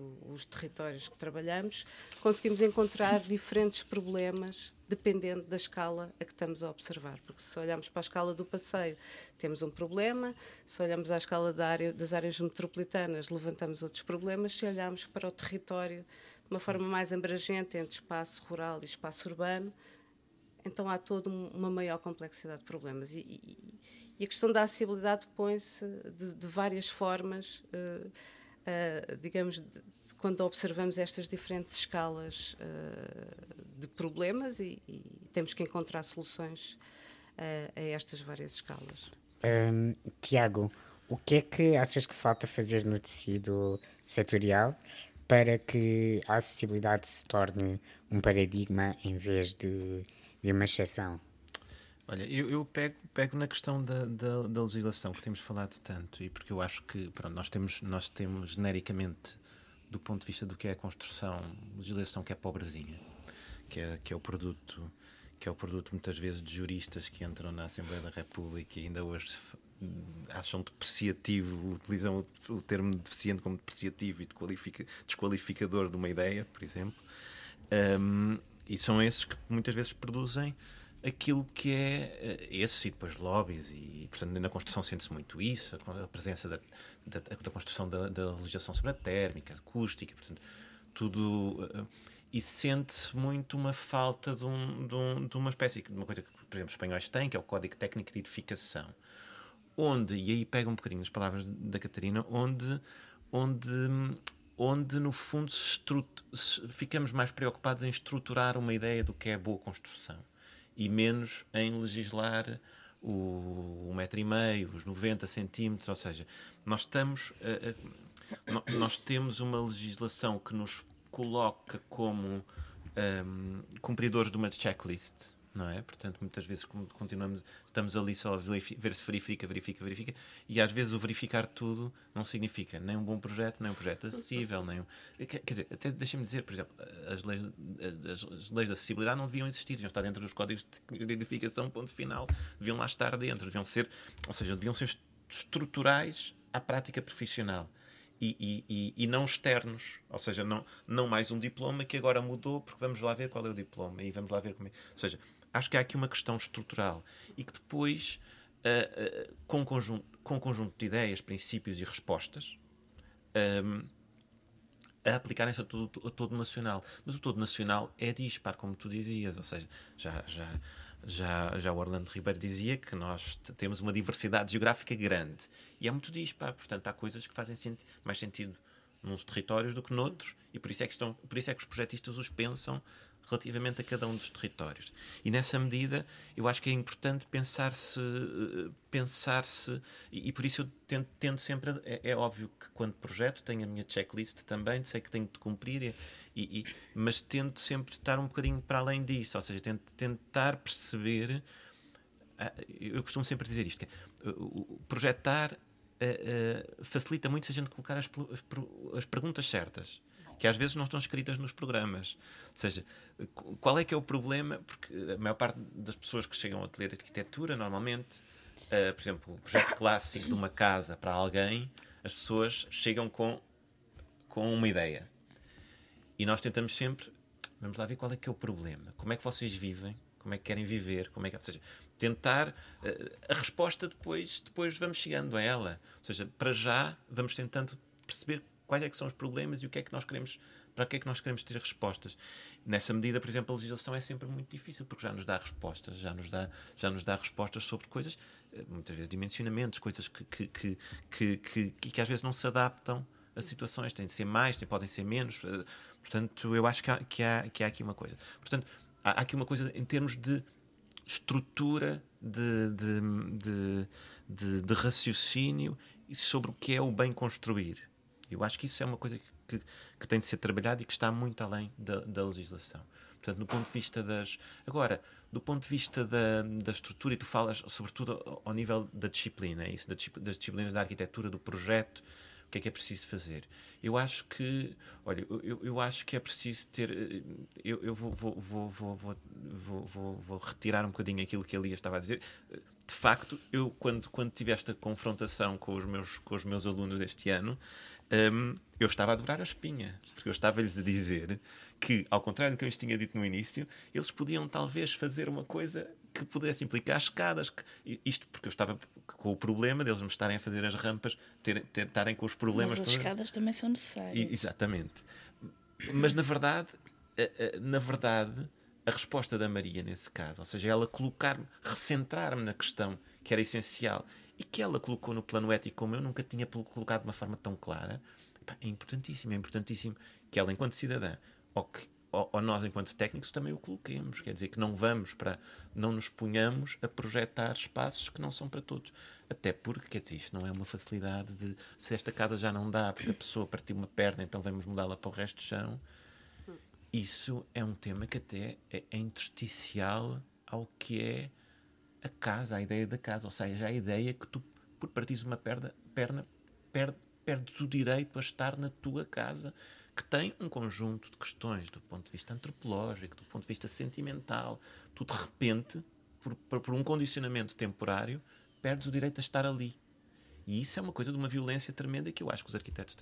os territórios que trabalhamos, conseguimos encontrar diferentes problemas dependendo da escala a que estamos a observar. Porque se olharmos para a escala do passeio, temos um problema; se olharmos à escala das áreas metropolitanas, levantamos outros problemas; se olharmos para o território de uma forma mais abrangente, entre espaço rural e espaço urbano, então há toda uma maior complexidade de problemas. E a questão da acessibilidade põe-se de várias formas, digamos, quando observamos estas diferentes escalas de problemas, e temos que encontrar soluções a estas várias escalas. Tiago, o que é que achas que falta fazer no tecido setorial para que a acessibilidade se torne um paradigma em vez de uma exceção? Olha, eu pego na questão da legislação, que temos falado tanto, e porque eu acho que nós temos genericamente, do ponto de vista do que é a construção, legislação que é pobrezinha, que é o produto muitas vezes de juristas que entram na Assembleia da República e ainda hoje acham depreciativo, utilizam o termo deficiente como depreciativo e desqualificador de uma ideia, por exemplo. E são esses que muitas vezes produzem aquilo que é esses, e depois lobbies, e portanto na construção sente-se muito isso, a presença da construção da legislação sobre a térmica, a acústica, portanto, tudo, e sente-se muito uma falta de uma espécie, de uma coisa que, por exemplo, os espanhóis têm, que é o Código Técnico de Edificação, onde, e aí pega um bocadinho as palavras da Catarina, onde no fundo ficamos mais preocupados em estruturar uma ideia do que é boa construção e menos em legislar o 1,5 m, os 90 centímetros, ou seja, nós temos uma legislação que nos coloca como cumpridores de uma checklist, não é? Portanto, muitas vezes estamos ali só a ver se verifica, e às vezes o verificar tudo não significa nem um bom projeto, nem um projeto acessível, quer dizer, até deixem-me dizer, por exemplo, as leis de acessibilidade não deviam existir, deviam estar dentro dos códigos de edificação, ponto final, deviam lá estar dentro, deviam ser estruturais à prática profissional. E não externos, ou seja, não mais um diploma que agora mudou porque vamos lá ver qual é o diploma e vamos lá ver como é. Ou seja, acho que há aqui uma questão estrutural e que depois, com um conjunto de ideias, princípios e respostas, a aplicarem-se a todo nacional. Mas o todo nacional é dispar, como tu dizias, ou seja, já o Orlando Ribeiro dizia que nós temos uma diversidade geográfica grande e é muito dispar, portanto há coisas que fazem mais sentido nos territórios do que noutros, e por isso é que os projetistas os pensam relativamente a cada um dos territórios. E nessa medida eu acho que é importante pensar-se e por isso eu tento sempre, é óbvio que quando projeto tenho a minha checklist também, sei que tenho de cumprir, mas tento sempre estar um bocadinho para além disso, ou seja, tentar perceber, eu costumo sempre dizer isto, que projetar facilita muito se a gente colocar as perguntas certas, que às vezes não estão escritas nos programas. Ou seja, qual é que é o problema? Porque a maior parte das pessoas que chegam ao ateliê de arquitetura, normalmente, por exemplo, o projeto clássico de uma casa para alguém, as pessoas chegam com uma ideia. E nós tentamos sempre, vamos lá ver qual é que é o problema. Como é que vocês vivem? Como é que querem viver? Ou seja, tentar a resposta depois vamos chegando a ela. Ou seja, para já vamos tentando perceber quais é que são os problemas e o que é que nós queremos, para que é que nós queremos ter respostas. Nessa medida, por exemplo, a legislação é sempre muito difícil porque já nos dá respostas, já nos dá respostas sobre coisas, muitas vezes dimensionamentos, coisas que às vezes não se adaptam a situações, têm de ser mais, podem ser menos. Portanto, eu acho que há aqui uma coisa. Portanto, há aqui uma coisa em termos de estrutura, de raciocínio e sobre o que é o bem construir. Eu acho que isso é uma coisa que tem de ser trabalhada e que está muito além da legislação. Portanto, do ponto de vista do ponto de vista da estrutura, e tu falas sobretudo ao nível da disciplina, isso, das disciplinas da arquitetura, do projeto, o que é preciso fazer? Eu acho que, olha, eu acho que é preciso ter, eu vou retirar um bocadinho aquilo que a Lia estava a dizer. de facto, eu quando tive esta confrontação com os meus alunos este ano, eu estava a dobrar a espinha, porque eu estava-lhes a dizer que, ao contrário do que eu lhes tinha dito no início, eles podiam talvez fazer uma coisa que pudesse implicar escadas. Isto porque eu estava com o problema deles me estarem a fazer as rampas, estarem com os problemas. Mas as escadas também são necessárias. Exatamente. Mas, na verdade, a resposta da Maria nesse caso, ou seja, ela recentrar-me na questão que era essencial e que ela colocou no plano ético como eu nunca tinha colocado de uma forma tão clara, é importantíssimo que ela, enquanto cidadã, ou nós, enquanto técnicos, também o coloquemos. Quer dizer, que não nos ponhamos a projetar espaços que não são para todos. Até porque, quer dizer, isto não é uma facilidade de, se esta casa já não dá porque a pessoa partiu uma perna, então vamos mudá-la para o resto do chão. Isso é um tema que até é intersticial ao que é a casa, a ideia da casa. Ou seja, a ideia que tu, por partires uma perna, perdes o direito a estar na tua casa, que tem um conjunto de questões do ponto de vista antropológico, do ponto de vista sentimental. Tu, de repente, por um condicionamento temporário, perdes o direito a estar ali. E isso é uma coisa de uma violência tremenda que eu acho que os arquitetos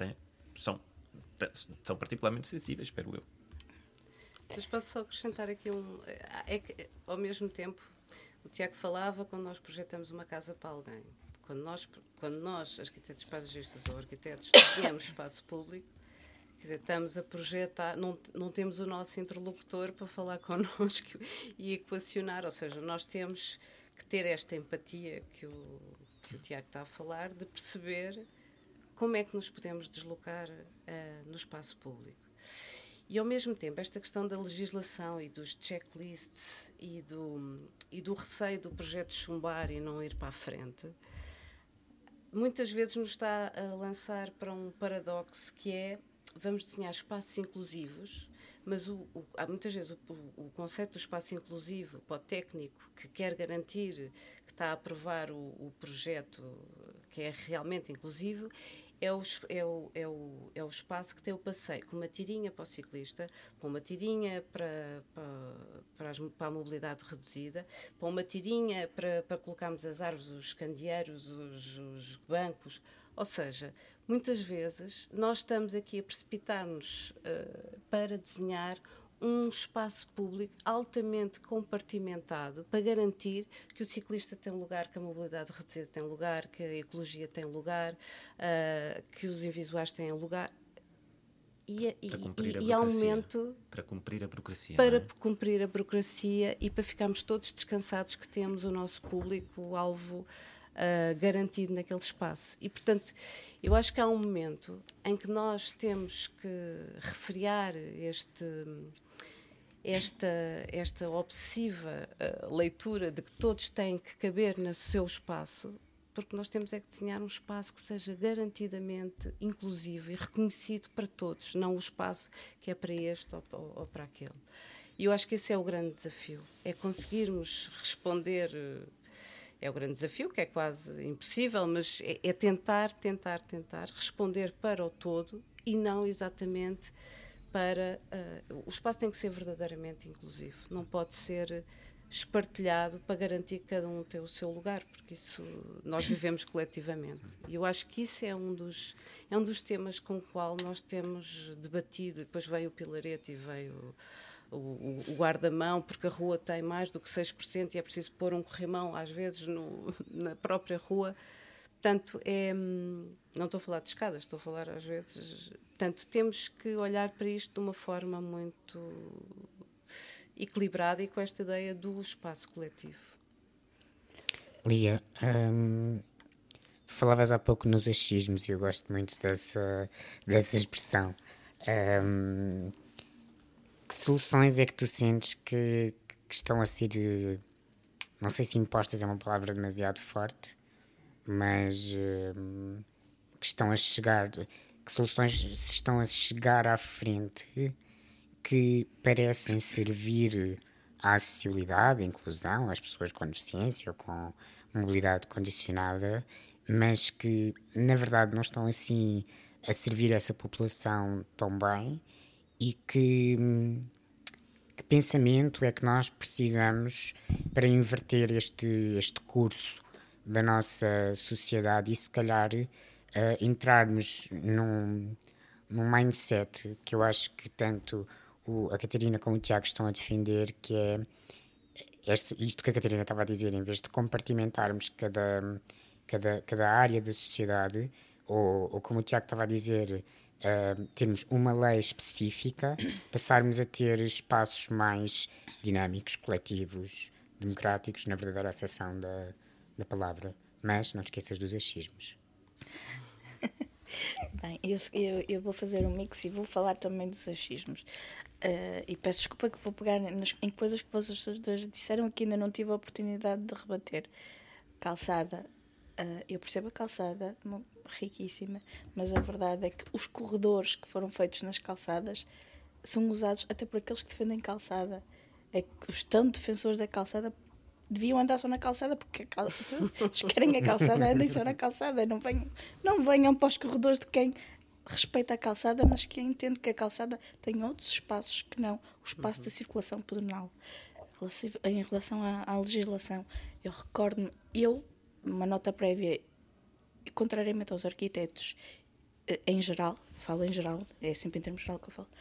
são particularmente sensíveis, espero eu. Mas posso só acrescentar aqui é que, ao mesmo tempo, o Tiago falava quando nós projetamos uma casa para alguém. Quando nós, arquitetos paisagistas ou arquitetos, desenhamos espaço público, quer dizer, estamos a projetar, não temos o nosso interlocutor para falar connosco e equacionar, ou seja, nós temos que ter esta empatia que o Tiago está a falar, de perceber como é que nos podemos deslocar no espaço público. E, ao mesmo tempo, esta questão da legislação e dos checklists e do receio do projeto chumbar e não ir para a frente, muitas vezes nos está a lançar para um paradoxo que é, vamos desenhar espaços inclusivos, mas muitas vezes o conceito do espaço inclusivo para o técnico que quer garantir que está a aprovar o projeto que é realmente inclusivo, é o espaço que tem o passeio, com uma tirinha para o ciclista, com uma tirinha para a mobilidade reduzida, com uma tirinha para colocarmos as árvores, os candeeiros, os bancos. Ou seja, muitas vezes nós estamos aqui a precipitar-nos para desenhar um espaço público altamente compartimentado para garantir que o ciclista tem lugar, que a mobilidade reduzida tem lugar, que a ecologia tem lugar, que os invisuais têm lugar. E há um momento para cumprir a burocracia. Para cumprir a burocracia e para ficarmos todos descansados que temos o nosso público-alvo garantido naquele espaço. E, portanto, eu acho que há um momento em que nós temos que refriar esta obsessiva leitura de que todos têm que caber no seu espaço, porque nós temos é que desenhar um espaço que seja garantidamente inclusivo e reconhecido para todos, não o espaço que é para este ou para aquele. E eu acho que esse é o grande desafio, é conseguirmos responder. É o grande desafio, que é quase impossível, mas é tentar responder para o todo e não exatamente para... o espaço tem que ser verdadeiramente inclusivo, não pode ser espartilhado para garantir que cada um tem o seu lugar, porque isso nós vivemos coletivamente. E eu acho que isso é um dos temas com o qual nós temos debatido. Depois veio o pilarete e veio o guarda-mão, porque a rua tem mais do que 6% e é preciso pôr um corrimão, às vezes, na própria rua. Portanto, não estou a falar de escadas, estou a falar, às vezes... Portanto, temos que olhar para isto de uma forma muito equilibrada e com esta ideia do espaço coletivo. Lia, tu falavas há pouco nos achismos e eu gosto muito dessa expressão. Que soluções é que tu sentes que estão a ser, não sei se impostas é uma palavra demasiado forte, mas que estão a chegar, que soluções estão a chegar à frente que parecem servir à acessibilidade, à inclusão, às pessoas com deficiência ou com mobilidade condicionada, mas que na verdade não estão assim a servir essa população tão bem e que que pensamento é que nós precisamos para inverter este curso da nossa sociedade e, se calhar, entrarmos num mindset que eu acho que tanto a Catarina como o Tiago estão a defender, que é isto que a Catarina estava a dizer, em vez de compartimentarmos cada área da sociedade, ou como o Tiago estava a dizer, termos uma lei específica, passarmos a ter espaços mais dinâmicos, coletivos, democráticos, na verdadeira acessão da palavra. Mas não te esqueças dos achismos. Bem, eu vou fazer um mix e vou falar também dos achismos. E peço desculpa que vou pegar em coisas que vocês dois disseram que ainda não tive a oportunidade de rebater. Calçada. Eu percebo a calçada, riquíssima, mas a verdade é que os corredores que foram feitos nas calçadas são usados até por aqueles que defendem calçada. É que os tão defensores da calçada deviam andar só na calçada, porque eles querem a calçada, andem só na calçada. Não venham para os corredores de quem respeita a calçada, mas que entende que a calçada tem outros espaços que não o espaço da circulação pedonal. Em relação à legislação, eu recordo-me, uma nota prévia, contrariamente aos arquitetos, em geral, falo em geral, é sempre em termos geral que eu falo,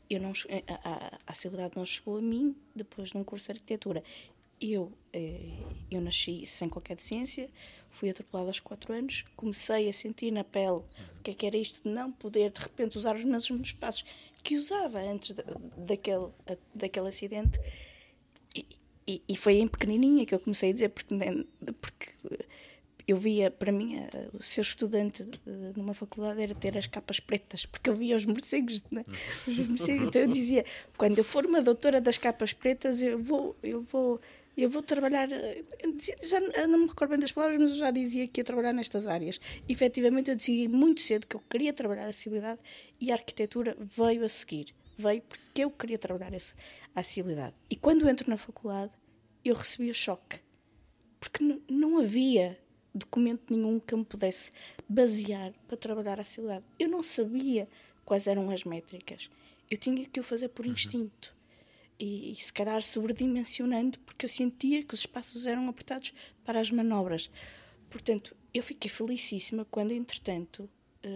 a acessibilidade não chegou a mim depois de um curso de arquitetura. Eu nasci sem qualquer deficiência, fui atropelada aos 4 anos, comecei a sentir na pele o que era isto de não poder de repente usar os mesmos espaços que usava antes daquele acidente, e foi em pequenininha que eu comecei a dizer, porque eu via, para mim, ser estudante numa faculdade era ter as capas pretas, porque eu via os morcegos, né? Os morcegos. Então eu dizia, quando eu for uma doutora das capas pretas, eu vou trabalhar, já não me recordo bem das palavras, mas eu já dizia que ia trabalhar nestas áreas. E, efetivamente, eu decidi muito cedo que eu queria trabalhar a acessibilidade, e a arquitetura veio a seguir. Veio porque eu queria trabalhar a acessibilidade. E quando entro na faculdade, eu recebi o choque, porque não havia documento nenhum que eu me pudesse basear para trabalhar a acessibilidade. Eu não sabia quais eram as métricas. Eu tinha que o fazer por instinto. E se calhar sobredimensionando, porque eu sentia que os espaços eram apertados para as manobras. Portanto, eu fiquei felicíssima quando, entretanto,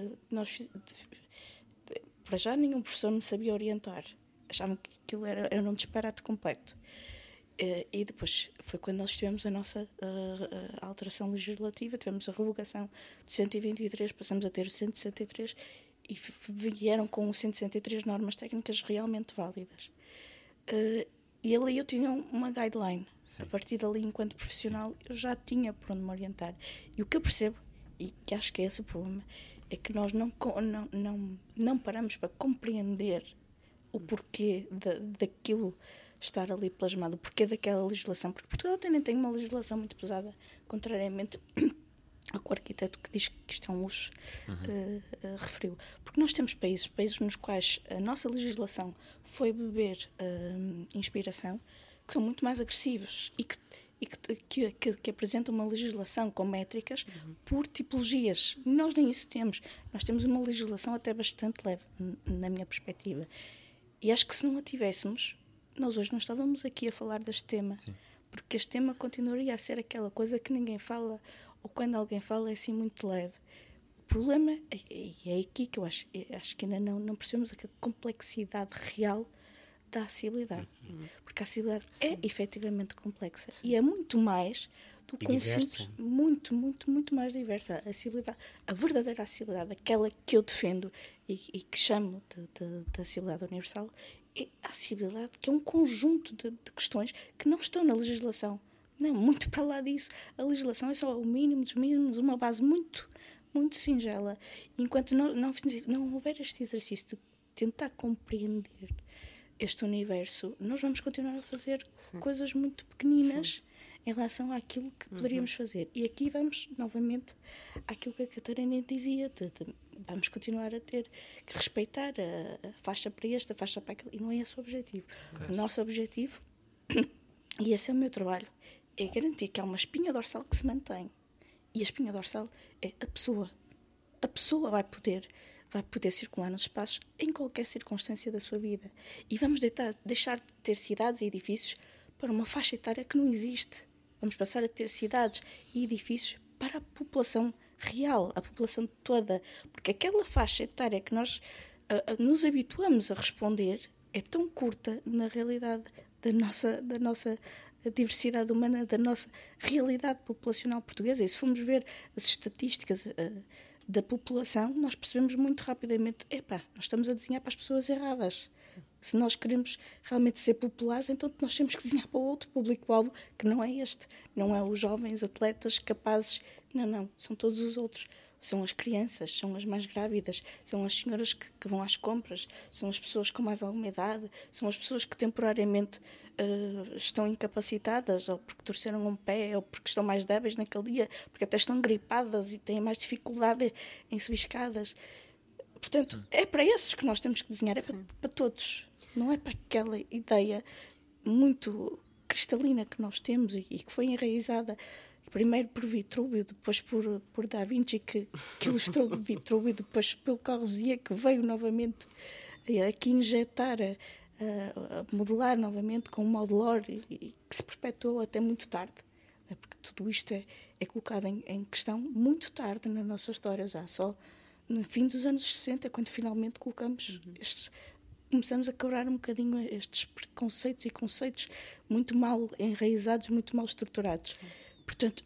para já nenhum professor me sabia orientar. Achavam que aquilo era um disparate completo. E depois foi quando nós tivemos a nossa alteração legislativa, tivemos a revogação do 123, passamos a ter o 163 e vieram com o 163 normas técnicas realmente válidas. E ali eu tinha uma guideline. Sim. A partir dali, enquanto profissional, eu já tinha por onde me orientar. E o que eu percebo, e que acho que é esse o problema, é que nós não paramos para compreender o porquê daquilo estar ali plasmado, o porquê daquela legislação. Porque Portugal também tem uma legislação muito pesada, contrariamente ao que o arquiteto que diz que isto é um luxo referiu. Porque nós temos países nos quais a nossa legislação foi beber inspiração, que são muito mais agressivos e que apresentam uma legislação com métricas por tipologias. Nós nem isso temos. Nós temos uma legislação até bastante leve, na minha perspectiva. E acho que se não a tivéssemos, nós hoje não estávamos aqui a falar deste tema. Sim. Porque este tema continuaria a ser aquela coisa que ninguém fala, ou quando alguém fala é assim muito leve. O problema, e é aqui que eu acho que ainda não percebemos a complexidade real da acessibilidade. Porque a acessibilidade é efetivamente complexa. Sim. E é muito mais do que um simples, muito, muito, muito mais diversa. A acessibilidade, a verdadeira acessibilidade, aquela que eu defendo e que chamo de acessibilidade universal, é a acessibilidade que é um conjunto de questões que não estão na legislação. Não, muito para lá disso. A legislação é só o mínimo dos mínimos, uma base muito, muito singela. Enquanto não houver este exercício de tentar compreender este universo, nós vamos continuar a fazer coisas muito pequeninas em relação àquilo que poderíamos fazer. E aqui vamos, novamente, àquilo que a Catarina dizia, vamos continuar a ter que respeitar a faixa para este, a faixa para aquele, e não é esse o objetivo. O nosso objetivo, e esse é o meu trabalho, é garantir que há uma espinha dorsal que se mantém. E a espinha dorsal é a pessoa. A pessoa vai poder vai poder circular nos espaços em qualquer circunstância da sua vida. E vamos deixar de ter cidades e edifícios para uma faixa etária que não existe. Vamos passar a ter cidades e edifícios para a população real, a população toda. Porque aquela faixa etária que nós nos habituamos a responder é tão curta na realidade da nossa diversidade humana, da nossa realidade populacional portuguesa. E se formos ver as estatísticas da população, nós percebemos muito rapidamente, nós estamos a desenhar para as pessoas erradas. Se nós queremos realmente ser populares, então nós temos que desenhar para outro público-alvo, que não é este. Não é os jovens atletas capazes, não, são todos os outros. São as crianças, são as mais grávidas, são as senhoras que vão às compras, são as pessoas com mais alguma idade, são as pessoas que temporariamente estão incapacitadas, ou porque torceram um pé, ou porque estão mais débeis naquele dia, porque até estão gripadas e têm mais dificuldade em subir escadas. Portanto, é para esses que nós temos que desenhar, para todos. Não é para aquela ideia muito cristalina que nós temos e que foi enraizada primeiro por Vitrúvio, depois por Da Vinci, que ilustrou Vitrúvio, depois pelo Corbusier, que veio novamente aqui injetar, a modelar novamente com o Maudelor, e que se perpetuou até muito tarde, né? Porque tudo isto é colocado em questão muito tarde na nossa história, já só no fim dos anos 60, quando finalmente colocamos começamos a quebrar um bocadinho estes preconceitos e conceitos muito mal enraizados, muito mal estruturados. Sim. Portanto,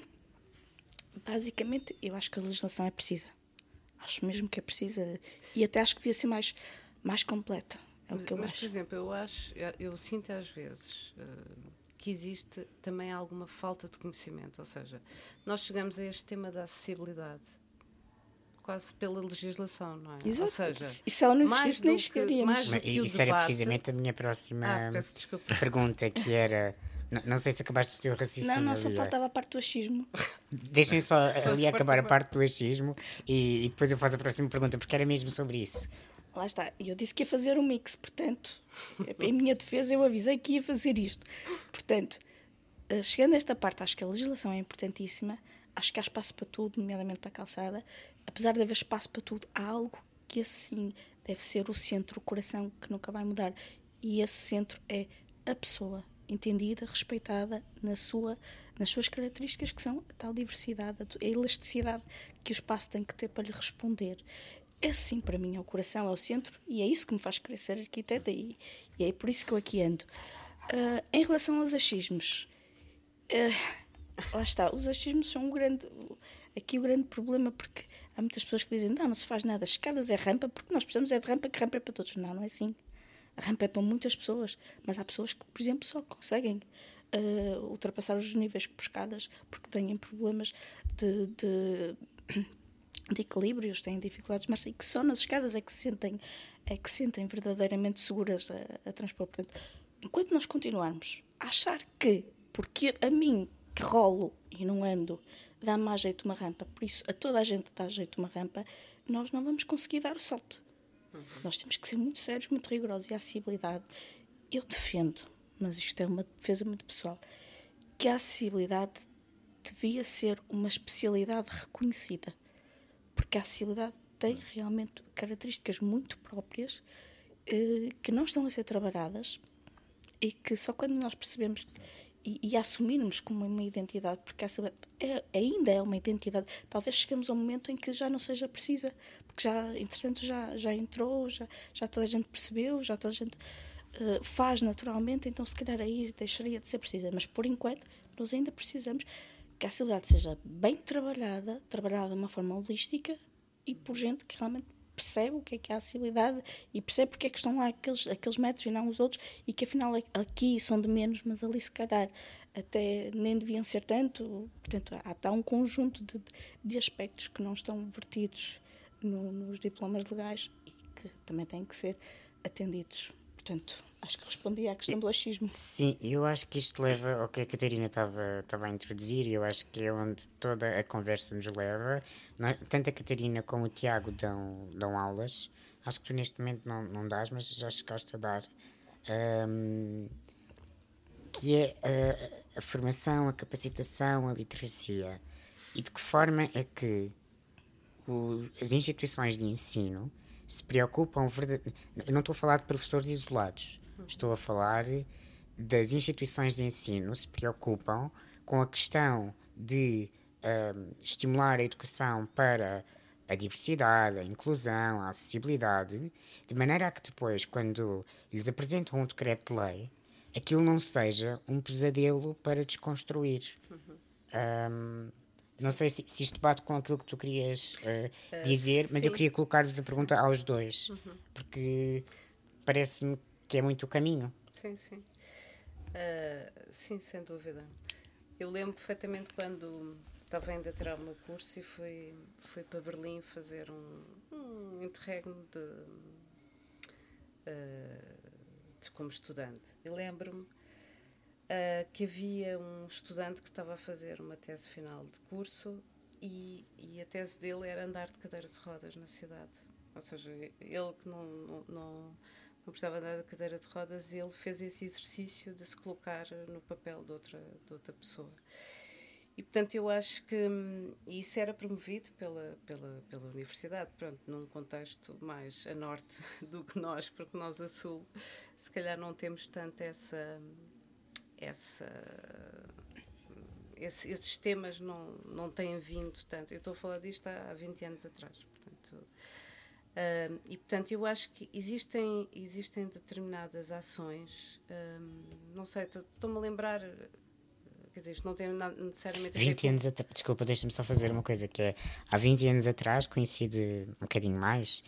basicamente, eu acho que a legislação é precisa. Acho mesmo que é precisa. E até acho que devia ser mais completa. É o que eu acho. Mas, por exemplo, eu sinto às vezes que existe também alguma falta de conhecimento. Ou seja, nós chegamos a este tema da acessibilidade quase pela legislação, não é? Exato. Ou seja, e se ela não existisse, nem chegaríamos. Isso era precisamente a minha próxima pergunta, que era... Não sei se acabaste o teu raciocínio. Não, só faltava a parte do achismo. Deixem só ali acabar a parte do achismo e depois eu faço a próxima pergunta, porque era mesmo sobre isso. Lá está, eu disse que ia fazer um mix, portanto, em minha defesa eu avisei que ia fazer isto. Portanto, chegando a esta parte, acho que a legislação é importantíssima, acho que há espaço para tudo, nomeadamente para a calçada. Apesar de haver espaço para tudo, há algo que assim deve ser o centro, o coração, que nunca vai mudar. E esse centro é a pessoa, entendida, respeitada nas suas características, que são a tal diversidade, a elasticidade que o espaço tem que ter para lhe responder. Esse sim, para mim, é o coração, é o centro, e é isso que me faz querer ser arquiteta, e é por isso que eu aqui ando. Em relação aos achismos, lá está, os achismos são o grande problema, porque há muitas pessoas que dizem, não se faz nada, escadas é rampa, porque nós precisamos de rampa, que rampa é para todos. Não é assim. A rampa é para muitas pessoas, mas há pessoas que, por exemplo, só conseguem ultrapassar os níveis por escadas porque têm problemas de equilíbrios, têm dificuldades, mas que só nas escadas é que se sentem verdadeiramente seguras a transpor. Portanto, enquanto nós continuarmos a achar que, porque a mim que rolo e não ando, dá-me mais jeito uma rampa, por isso a toda a gente dá jeito uma rampa, nós não vamos conseguir dar o salto. Nós temos que ser muito sérios, muito rigorosos. E a acessibilidade, eu defendo, mas isto é uma defesa muito pessoal, que a acessibilidade devia ser uma especialidade reconhecida, porque a acessibilidade tem realmente características muito próprias que não estão a ser trabalhadas e que só quando nós percebemos e assumirmos como uma identidade, porque essa ainda é uma identidade, talvez cheguemos a um momento em que já não seja precisa, porque entretanto já entrou, já toda a gente percebeu, já toda a gente faz naturalmente, então se calhar aí deixaria de ser precisa, mas por enquanto nós ainda precisamos que a acessibilidade seja bem trabalhada de uma forma holística e por gente que realmente percebe o que é a acessibilidade e percebe porque é que estão lá aqueles metros e não os outros, e que afinal aqui são de menos, mas ali se calhar até nem deviam ser tanto. Portanto, há um conjunto de aspectos que não estão vertidos nos diplomas legais e que também têm que ser atendidos. Portanto, acho que respondi à questão do achismo. Sim, eu acho que isto leva ao que a Catarina estava a introduzir, e eu acho que é onde toda a conversa nos leva. Tanto a Catarina como o Tiago dão aulas. Acho que tu neste momento não dás, mas já chegaste a dar. Que é a formação, a capacitação, a literacia. E de que forma é que as instituições de ensino se preocupam eu não estou a falar de professores isolados, estou a falar das instituições de ensino se preocupam com a questão de estimular a educação para a diversidade, a inclusão, a acessibilidade, de maneira a que depois, quando lhes apresentam um decreto de lei, aquilo não seja um pesadelo para desconstruir. Não sei se isto bate com aquilo que tu querias dizer, mas sim. eu queria colocar-vos a pergunta aos dois, porque parece-me que é muito o caminho. Sim, sim. Sim, sem dúvida. Eu lembro perfeitamente quando estava ainda a tirar o meu curso e fui para Berlim fazer um interregno como estudante. E lembro-me que havia um estudante que estava a fazer uma tese final de curso e a tese dele era andar de cadeira de rodas na cidade. Ou seja, ele que não precisava andar de cadeira de rodas, ele fez esse exercício de se colocar no papel de outra pessoa. E, portanto, eu acho que isso era promovido pela universidade, pronto, num contexto mais a norte do que nós, porque nós a sul, se calhar não temos tanto esses temas não têm vindo tanto. Eu estou a falar disto há 20 anos atrás, portanto... e, portanto, eu acho que existem determinadas ações, não sei, estou-me a lembrar, quer dizer, isto não tem nada necessariamente a ver 20 anos atrás, desculpa, deixa-me só fazer uma coisa, que é, há 20 anos atrás, coincide um bocadinho mais,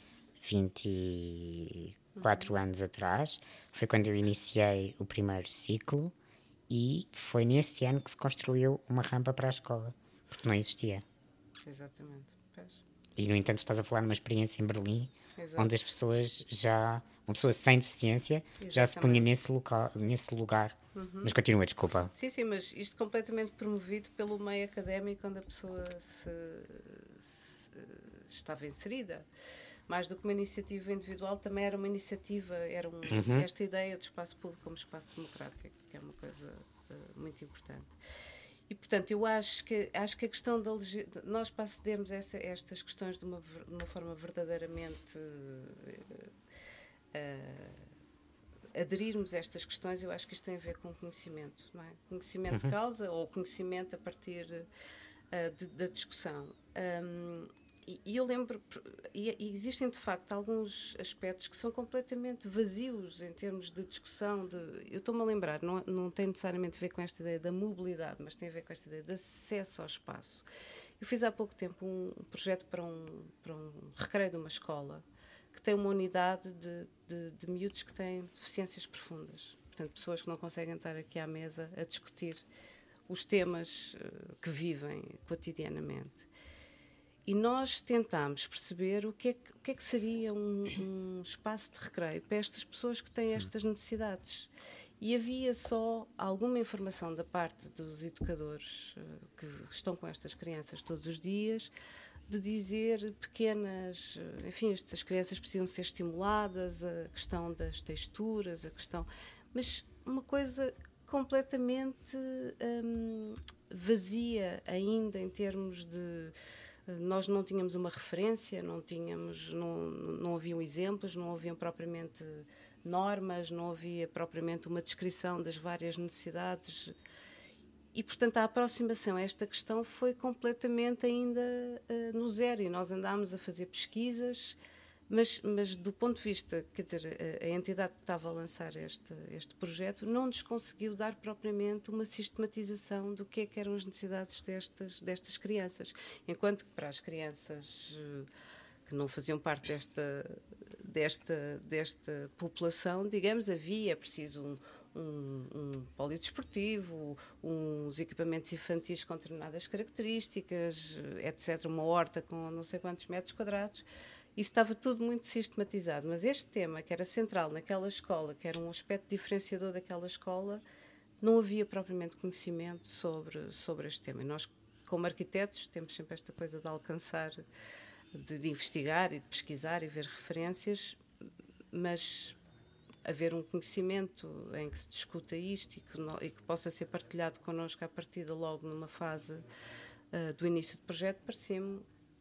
24 anos atrás, foi quando eu iniciei o primeiro ciclo e foi nesse ano que se construiu uma rampa para a escola, porque não existia. Exatamente, pois. E, no entanto, estás a falar de uma experiência em Berlim, Exato. onde as pessoas uma pessoa sem deficiência já se punha nesse lugar. Mas continua, desculpa. Sim, mas isto completamente promovido pelo meio académico onde a pessoa estava inserida. Mais do que uma iniciativa individual, também era uma iniciativa, esta ideia do espaço público como espaço democrático, que é uma coisa muito importante. E, portanto, eu acho que a questão de nós, para acedermos a estas questões de uma forma verdadeiramente aderirmos a estas questões, eu acho que isto tem a ver com conhecimento, não é? Conhecimento de causa ou conhecimento a partir da discussão. E eu lembro, e existem de facto alguns aspectos que são completamente vazios em termos de discussão. Eu estou-me a lembrar, não tem necessariamente a ver com esta ideia da mobilidade, mas tem a ver com esta ideia de acesso ao espaço. Eu fiz há pouco tempo um projeto para um recreio de uma escola que tem uma unidade de miúdos que têm deficiências profundas. Portanto, pessoas que não conseguem estar aqui à mesa a discutir os temas que vivem cotidianamente. E nós tentámos perceber o que é que seria um espaço de recreio para estas pessoas que têm estas necessidades. E havia só alguma informação da parte dos educadores que estão com estas crianças todos os dias, de dizer pequenas... Enfim, estas crianças precisam ser estimuladas, a questão das texturas, mas uma coisa completamente vazia ainda em termos de... Nós não tínhamos uma referência, não haviam exemplos, não haviam propriamente normas, não havia propriamente uma descrição das várias necessidades. E, portanto, a aproximação a esta questão foi completamente ainda no zero. E nós andámos a fazer pesquisas, mas do ponto de vista, quer dizer, a entidade que estava a lançar este projeto não nos conseguiu dar propriamente uma sistematização do que é que eram as necessidades destas crianças. Enquanto que para as crianças que não faziam parte desta população, digamos, havia preciso um polidesportivo, uns equipamentos infantis com determinadas características, etc., uma horta com não sei quantos metros quadrados. Isso estava tudo muito sistematizado, mas este tema, que era central naquela escola, que era um aspecto diferenciador daquela escola, não havia propriamente conhecimento sobre este tema. E nós, como arquitetos, temos sempre esta coisa de alcançar, de investigar e de pesquisar e ver referências, mas haver um conhecimento em que se discuta isto e que possa ser partilhado connosco à partida logo numa fase do início do projeto, parecia-me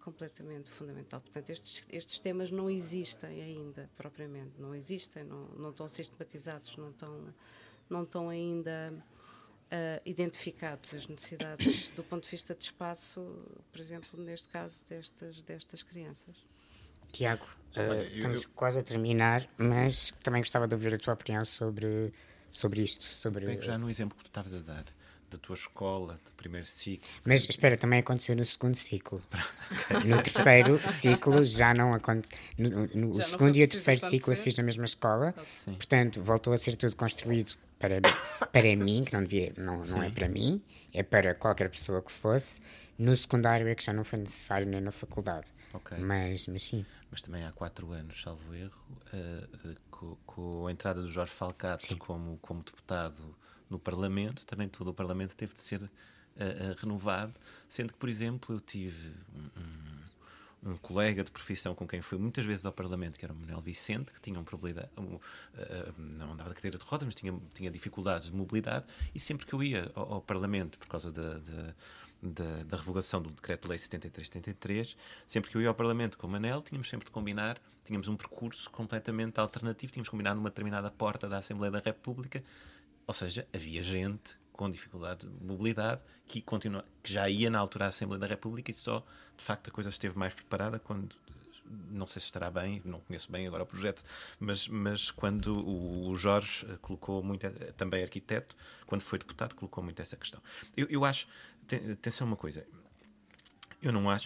completamente fundamental. Portanto, estes temas não existem ainda, propriamente, não existem, não estão sistematizados, não estão ainda identificados as necessidades do ponto de vista de espaço, por exemplo, neste caso destas crianças. Tiago, estamos quase a terminar, mas também gostava de ouvir a tua opinião sobre isto. Pego já no exemplo que tu estavas a dar, da tua escola, do primeiro ciclo. Mas espera, também aconteceu no segundo ciclo. No terceiro ciclo já não aconteceu. No Já segundo não e o foi terceiro preciso ciclo eu acontecer. fiz na mesma escola. Sim. Portanto, voltou a ser tudo construído para mim, que não é para mim, é para qualquer pessoa que fosse. No secundário é que já não foi necessário, nem na faculdade. Ok. Mas sim. Mas também há 4 anos, salvo erro, com a entrada do Jorge Falcato como deputado no Parlamento, também todo o Parlamento teve de ser renovado, sendo que, por exemplo, eu tive um colega de profissão com quem fui muitas vezes ao Parlamento, que era o Manuel Vicente, que tinha não andava de cadeira de rodas, mas tinha dificuldades de mobilidade, e sempre que eu ia ao Parlamento, por causa da revogação do Decreto-Lei 73/73, sempre que eu ia ao Parlamento com o Manel, tínhamos sempre de combinar, tínhamos um percurso completamente alternativo, tínhamos combinado numa determinada porta da Assembleia da República, ou seja, havia gente com dificuldade de mobilidade que já ia na altura à Assembleia da República e só, de facto, a coisa esteve mais preparada quando, não sei se estará bem, não conheço bem agora o projeto, mas quando o Jorge colocou muito, também arquiteto, quando foi deputado, colocou muito essa questão. Eu acho, atenção uma coisa, eu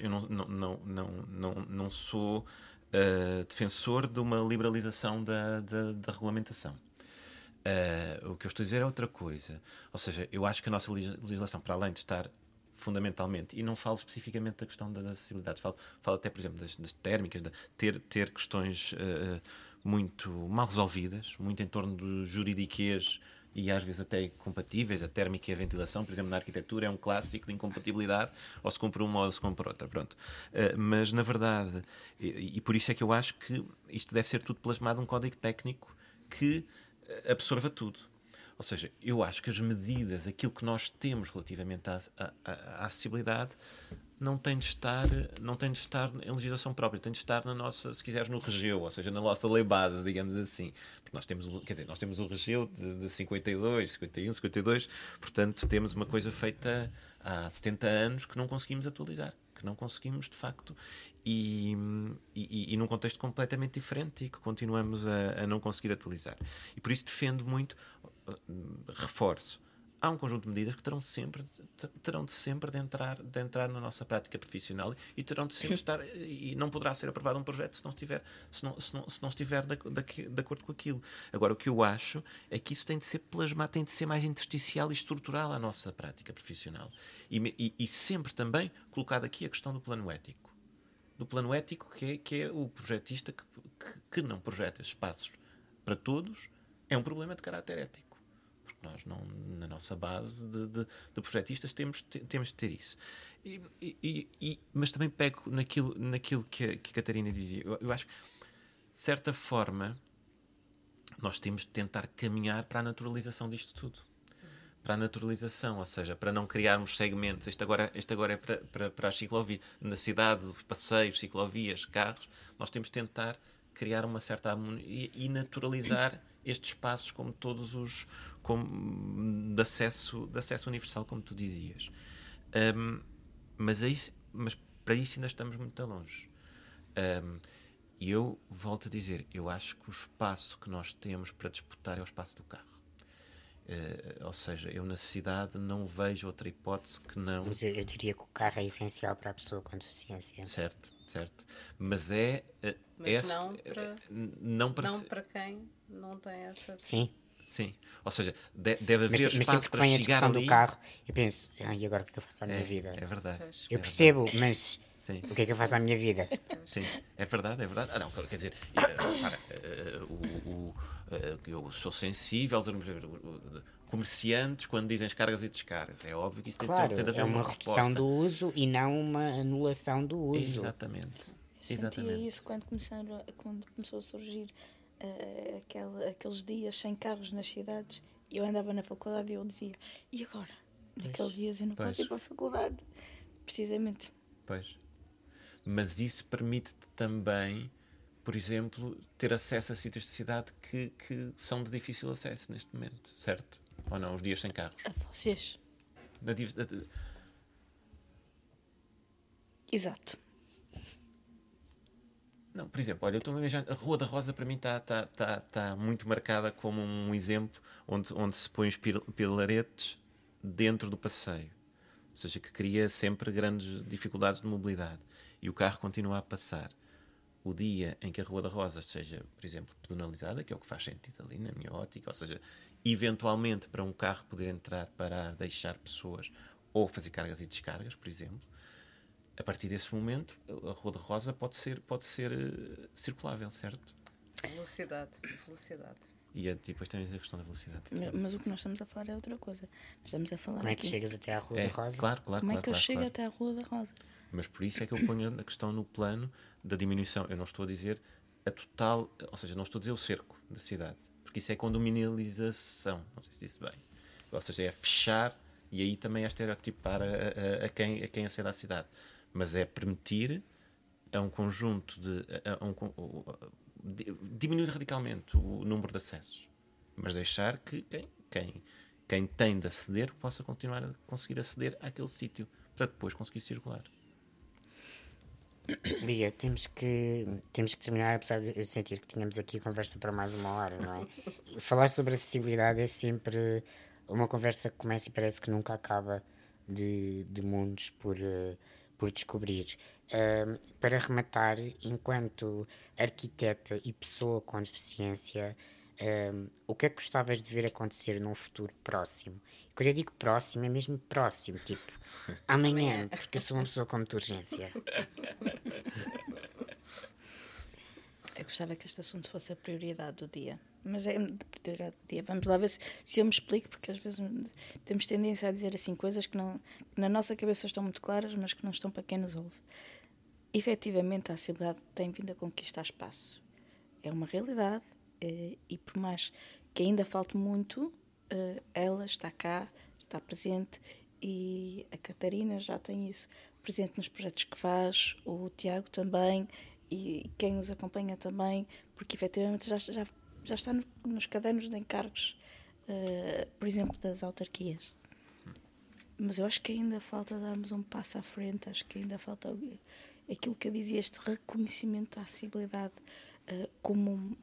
não sou defensor de uma liberalização da regulamentação. O que eu estou a dizer é outra coisa. Ou seja, eu acho que a nossa legislação, para além de estar fundamentalmente, e não falo especificamente da questão das acessibilidades, falo até, por exemplo, das térmicas, de ter questões muito mal resolvidas, muito em torno do juridiquês e às vezes até incompatíveis, a térmica e a ventilação, por exemplo, na arquitetura é um clássico de incompatibilidade, ou se compra uma ou se compra outra, pronto. Mas, na verdade, e por isso é que eu acho que isto deve ser tudo plasmado num código técnico que absorva tudo. Ou seja, eu acho que as medidas, aquilo que nós temos relativamente à acessibilidade, não tem de estar em legislação própria, tem de estar na nossa, se quiseres, no regeu, ou seja, na nossa lei base, digamos assim. Porque nós temos o regeu de 52, 51, 52, portanto temos uma coisa feita há 70 anos que não conseguimos atualizar, que não conseguimos, de facto, e num contexto completamente diferente e que continuamos a não conseguir atualizar. E por isso defendo muito, reforço, há um conjunto de medidas que terão de sempre de entrar na nossa prática profissional e terão de sempre estar, e não poderá ser aprovado um projeto se não estiver de acordo com aquilo. Agora, o que eu acho é que isso tem de ser plasmado, tem de ser mais intersticial e estrutural à nossa prática profissional. E sempre também colocado aqui a questão do plano ético. Do plano ético, que é o projetista que não projeta espaços para todos, é um problema de caráter ético. Nós, na nossa base de projetistas, temos de ter isso. Mas também pego naquilo que a Catarina dizia. Eu acho que, de certa forma, nós temos de tentar caminhar para a naturalização disto tudo. Para a naturalização, ou seja, para não criarmos segmentos. Este agora é para as ciclovias. Na cidade, passeios, ciclovias, carros, nós temos de tentar criar uma certa harmonia e naturalizar estes espaços como todos os de acesso universal, como tu dizias. Mas para isso ainda estamos muito longe. E eu volto a dizer, eu acho que o espaço que nós temos para disputar é o espaço do carro. Ou seja, eu na cidade não vejo outra hipótese que não... Mas eu diria que o carro é essencial para a pessoa com deficiência. Certo. Mas não para quem não tem essa... Sim, ou seja, deve haver mas espaço para para chegar ali. Mas sempre que vem a discussão do carro, eu penso, e agora o que é que eu faço à minha vida? É verdade. Eu percebo, mas Sim. o que é que eu faço à minha vida? Sim, é verdade. Não, quer dizer, eu sou sensível, comerciantes, quando dizem cargas e descargas, é óbvio que isso claro, tem de haver é uma resposta. redução do uso e não uma anulação do uso. Exatamente. Sentia isso quando começou a surgir aqueles dias sem carros nas cidades. Eu andava na faculdade e eu dizia, e agora? Naqueles dias eu não posso ir para a faculdade. Precisamente. Pois. Mas isso permite-te também, por exemplo, ter acesso a sítios de cidade que são de difícil acesso neste momento, certo? Ou não? Os dias sem carros. A vocês. Exato. Não, por exemplo, olha, eu estou a imaginar, a Rua da Rosa para mim está muito marcada como um exemplo onde se põem os pilaretes dentro do passeio. Ou seja, que cria sempre grandes dificuldades de mobilidade. E o carro continua a passar. O dia em que a Rua da Rosa seja, por exemplo, pedonalizada, que é o que faz sentido ali na minha ótica, ou seja, eventualmente para um carro poder entrar, parar, deixar pessoas ou fazer cargas e descargas, por exemplo, a partir desse momento a Rua da Rosa pode ser circulável, certo? Velocidade. E depois tens a questão da velocidade. Mas o que nós estamos a falar é outra coisa. Estamos a falar Como é que aqui. chegas até à Rua da Rosa? Claro. Como é que eu chego até à Rua da Rosa? Mas por isso é que eu ponho a questão no plano da diminuição. Eu não estou a dizer a total, ou seja, não estou a dizer o cerco da cidade, porque isso é condominialização, não sei se disse bem. Ou seja, é fechar, e aí também é estereotipar a quem acede à cidade. Mas é permitir a um conjunto diminuir radicalmente o número de acessos, mas deixar que quem tem de aceder possa continuar a conseguir aceder àquele sítio para depois conseguir circular. Lia, temos que terminar, apesar de eu sentir que tínhamos aqui conversa para mais 1 hora, não é? Falar sobre acessibilidade é sempre uma conversa que começa e parece que nunca acaba de mundos por descobrir. Para rematar, enquanto arquiteta e pessoa com deficiência, o que é que gostavas de ver acontecer num futuro próximo? Quando eu digo próximo, é mesmo próximo, tipo amanhã, porque eu sou uma pessoa com muita urgência. Eu gostava que este assunto fosse a prioridade do dia. Mas é a prioridade do dia. Vamos lá ver se eu me explico, porque às vezes temos tendência a dizer assim coisas que na nossa cabeça estão muito claras, mas que não estão para quem nos ouve. Efetivamente, a acessibilidade tem vindo a conquistar espaço. É uma realidade, e por mais que ainda falte muito, ela está cá, está presente, e a Catarina já tem isso presente nos projetos que faz, o Tiago também, e quem nos acompanha também, porque efetivamente já está nos cadernos de encargos, por exemplo, das autarquias. Mas eu acho que ainda falta darmos um passo à frente, acho que ainda falta aquilo que eu dizia, este reconhecimento da acessibilidade como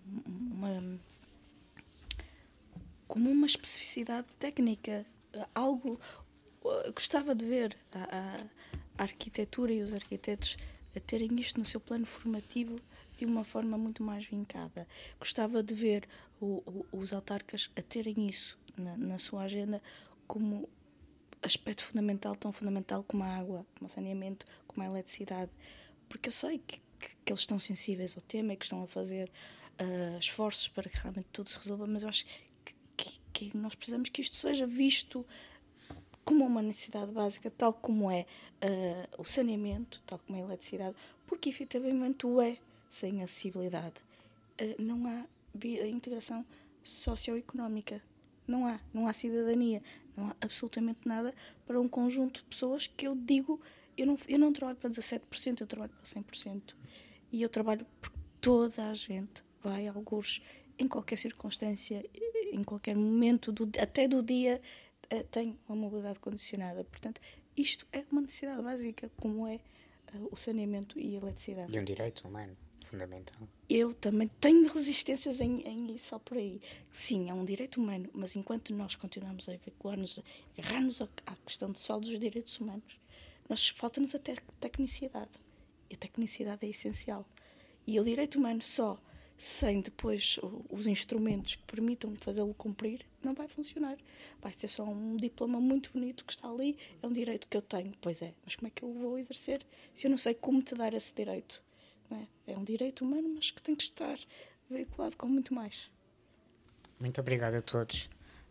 uma especificidade técnica, algo. Gostava de ver a arquitetura e os arquitetos a terem isto no seu plano formativo de uma forma muito mais vincada. Gostava de ver os autarcas a terem isso na sua agenda como aspecto fundamental, tão fundamental como a água, como o saneamento, como a eletricidade. Porque eu sei que eles estão sensíveis ao tema e que estão a fazer esforços para que realmente tudo se resolva, mas eu acho que nós precisamos que isto seja visto como uma necessidade básica, tal como é o saneamento, tal como é a eletricidade, porque efetivamente o é. Sem acessibilidade não há integração socioeconómica, não há cidadania, não há absolutamente nada para um conjunto de pessoas que eu digo, eu não trabalho para 17%, eu trabalho para 100%, e eu trabalho porque toda a gente vai a algures, em qualquer circunstância, em qualquer momento, até do dia, tem uma mobilidade condicionada. Portanto, isto é uma necessidade básica, como é o saneamento e a eletricidade. E um direito humano fundamental. Eu também tenho resistências em isso, só por aí. Sim, é um direito humano, mas enquanto nós continuamos a veicular-nos, agarrar-nos à questão só dos direitos humanos, falta-nos a tecnicidade. E a tecnicidade é essencial. E o direito humano só sem depois os instrumentos que permitam fazê-lo cumprir, não vai funcionar. Vai ser só um diploma muito bonito que está ali, é um direito que eu tenho. Pois é, mas como é que eu vou exercer se eu não sei como te dar esse direito? Não é? É um direito humano, mas que tem que estar veiculado com muito mais. Muito obrigado a todos.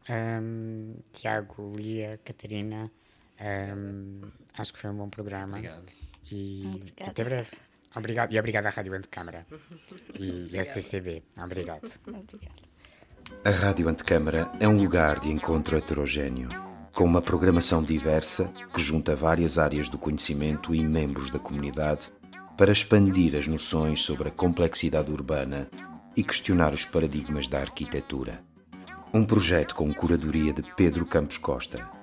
Tiago, Lia, Catarina, acho que foi um bom programa. Obrigado. E Obrigada. até breve. Obrigado. E obrigado à Rádio Antecâmara e à CCB. Obrigado. Obrigada. A Rádio Antecâmara é um lugar de encontro heterogéneo, com uma programação diversa que junta várias áreas do conhecimento e membros da comunidade para expandir as noções sobre a complexidade urbana e questionar os paradigmas da arquitetura. Um projeto com curadoria de Pedro Campos Costa.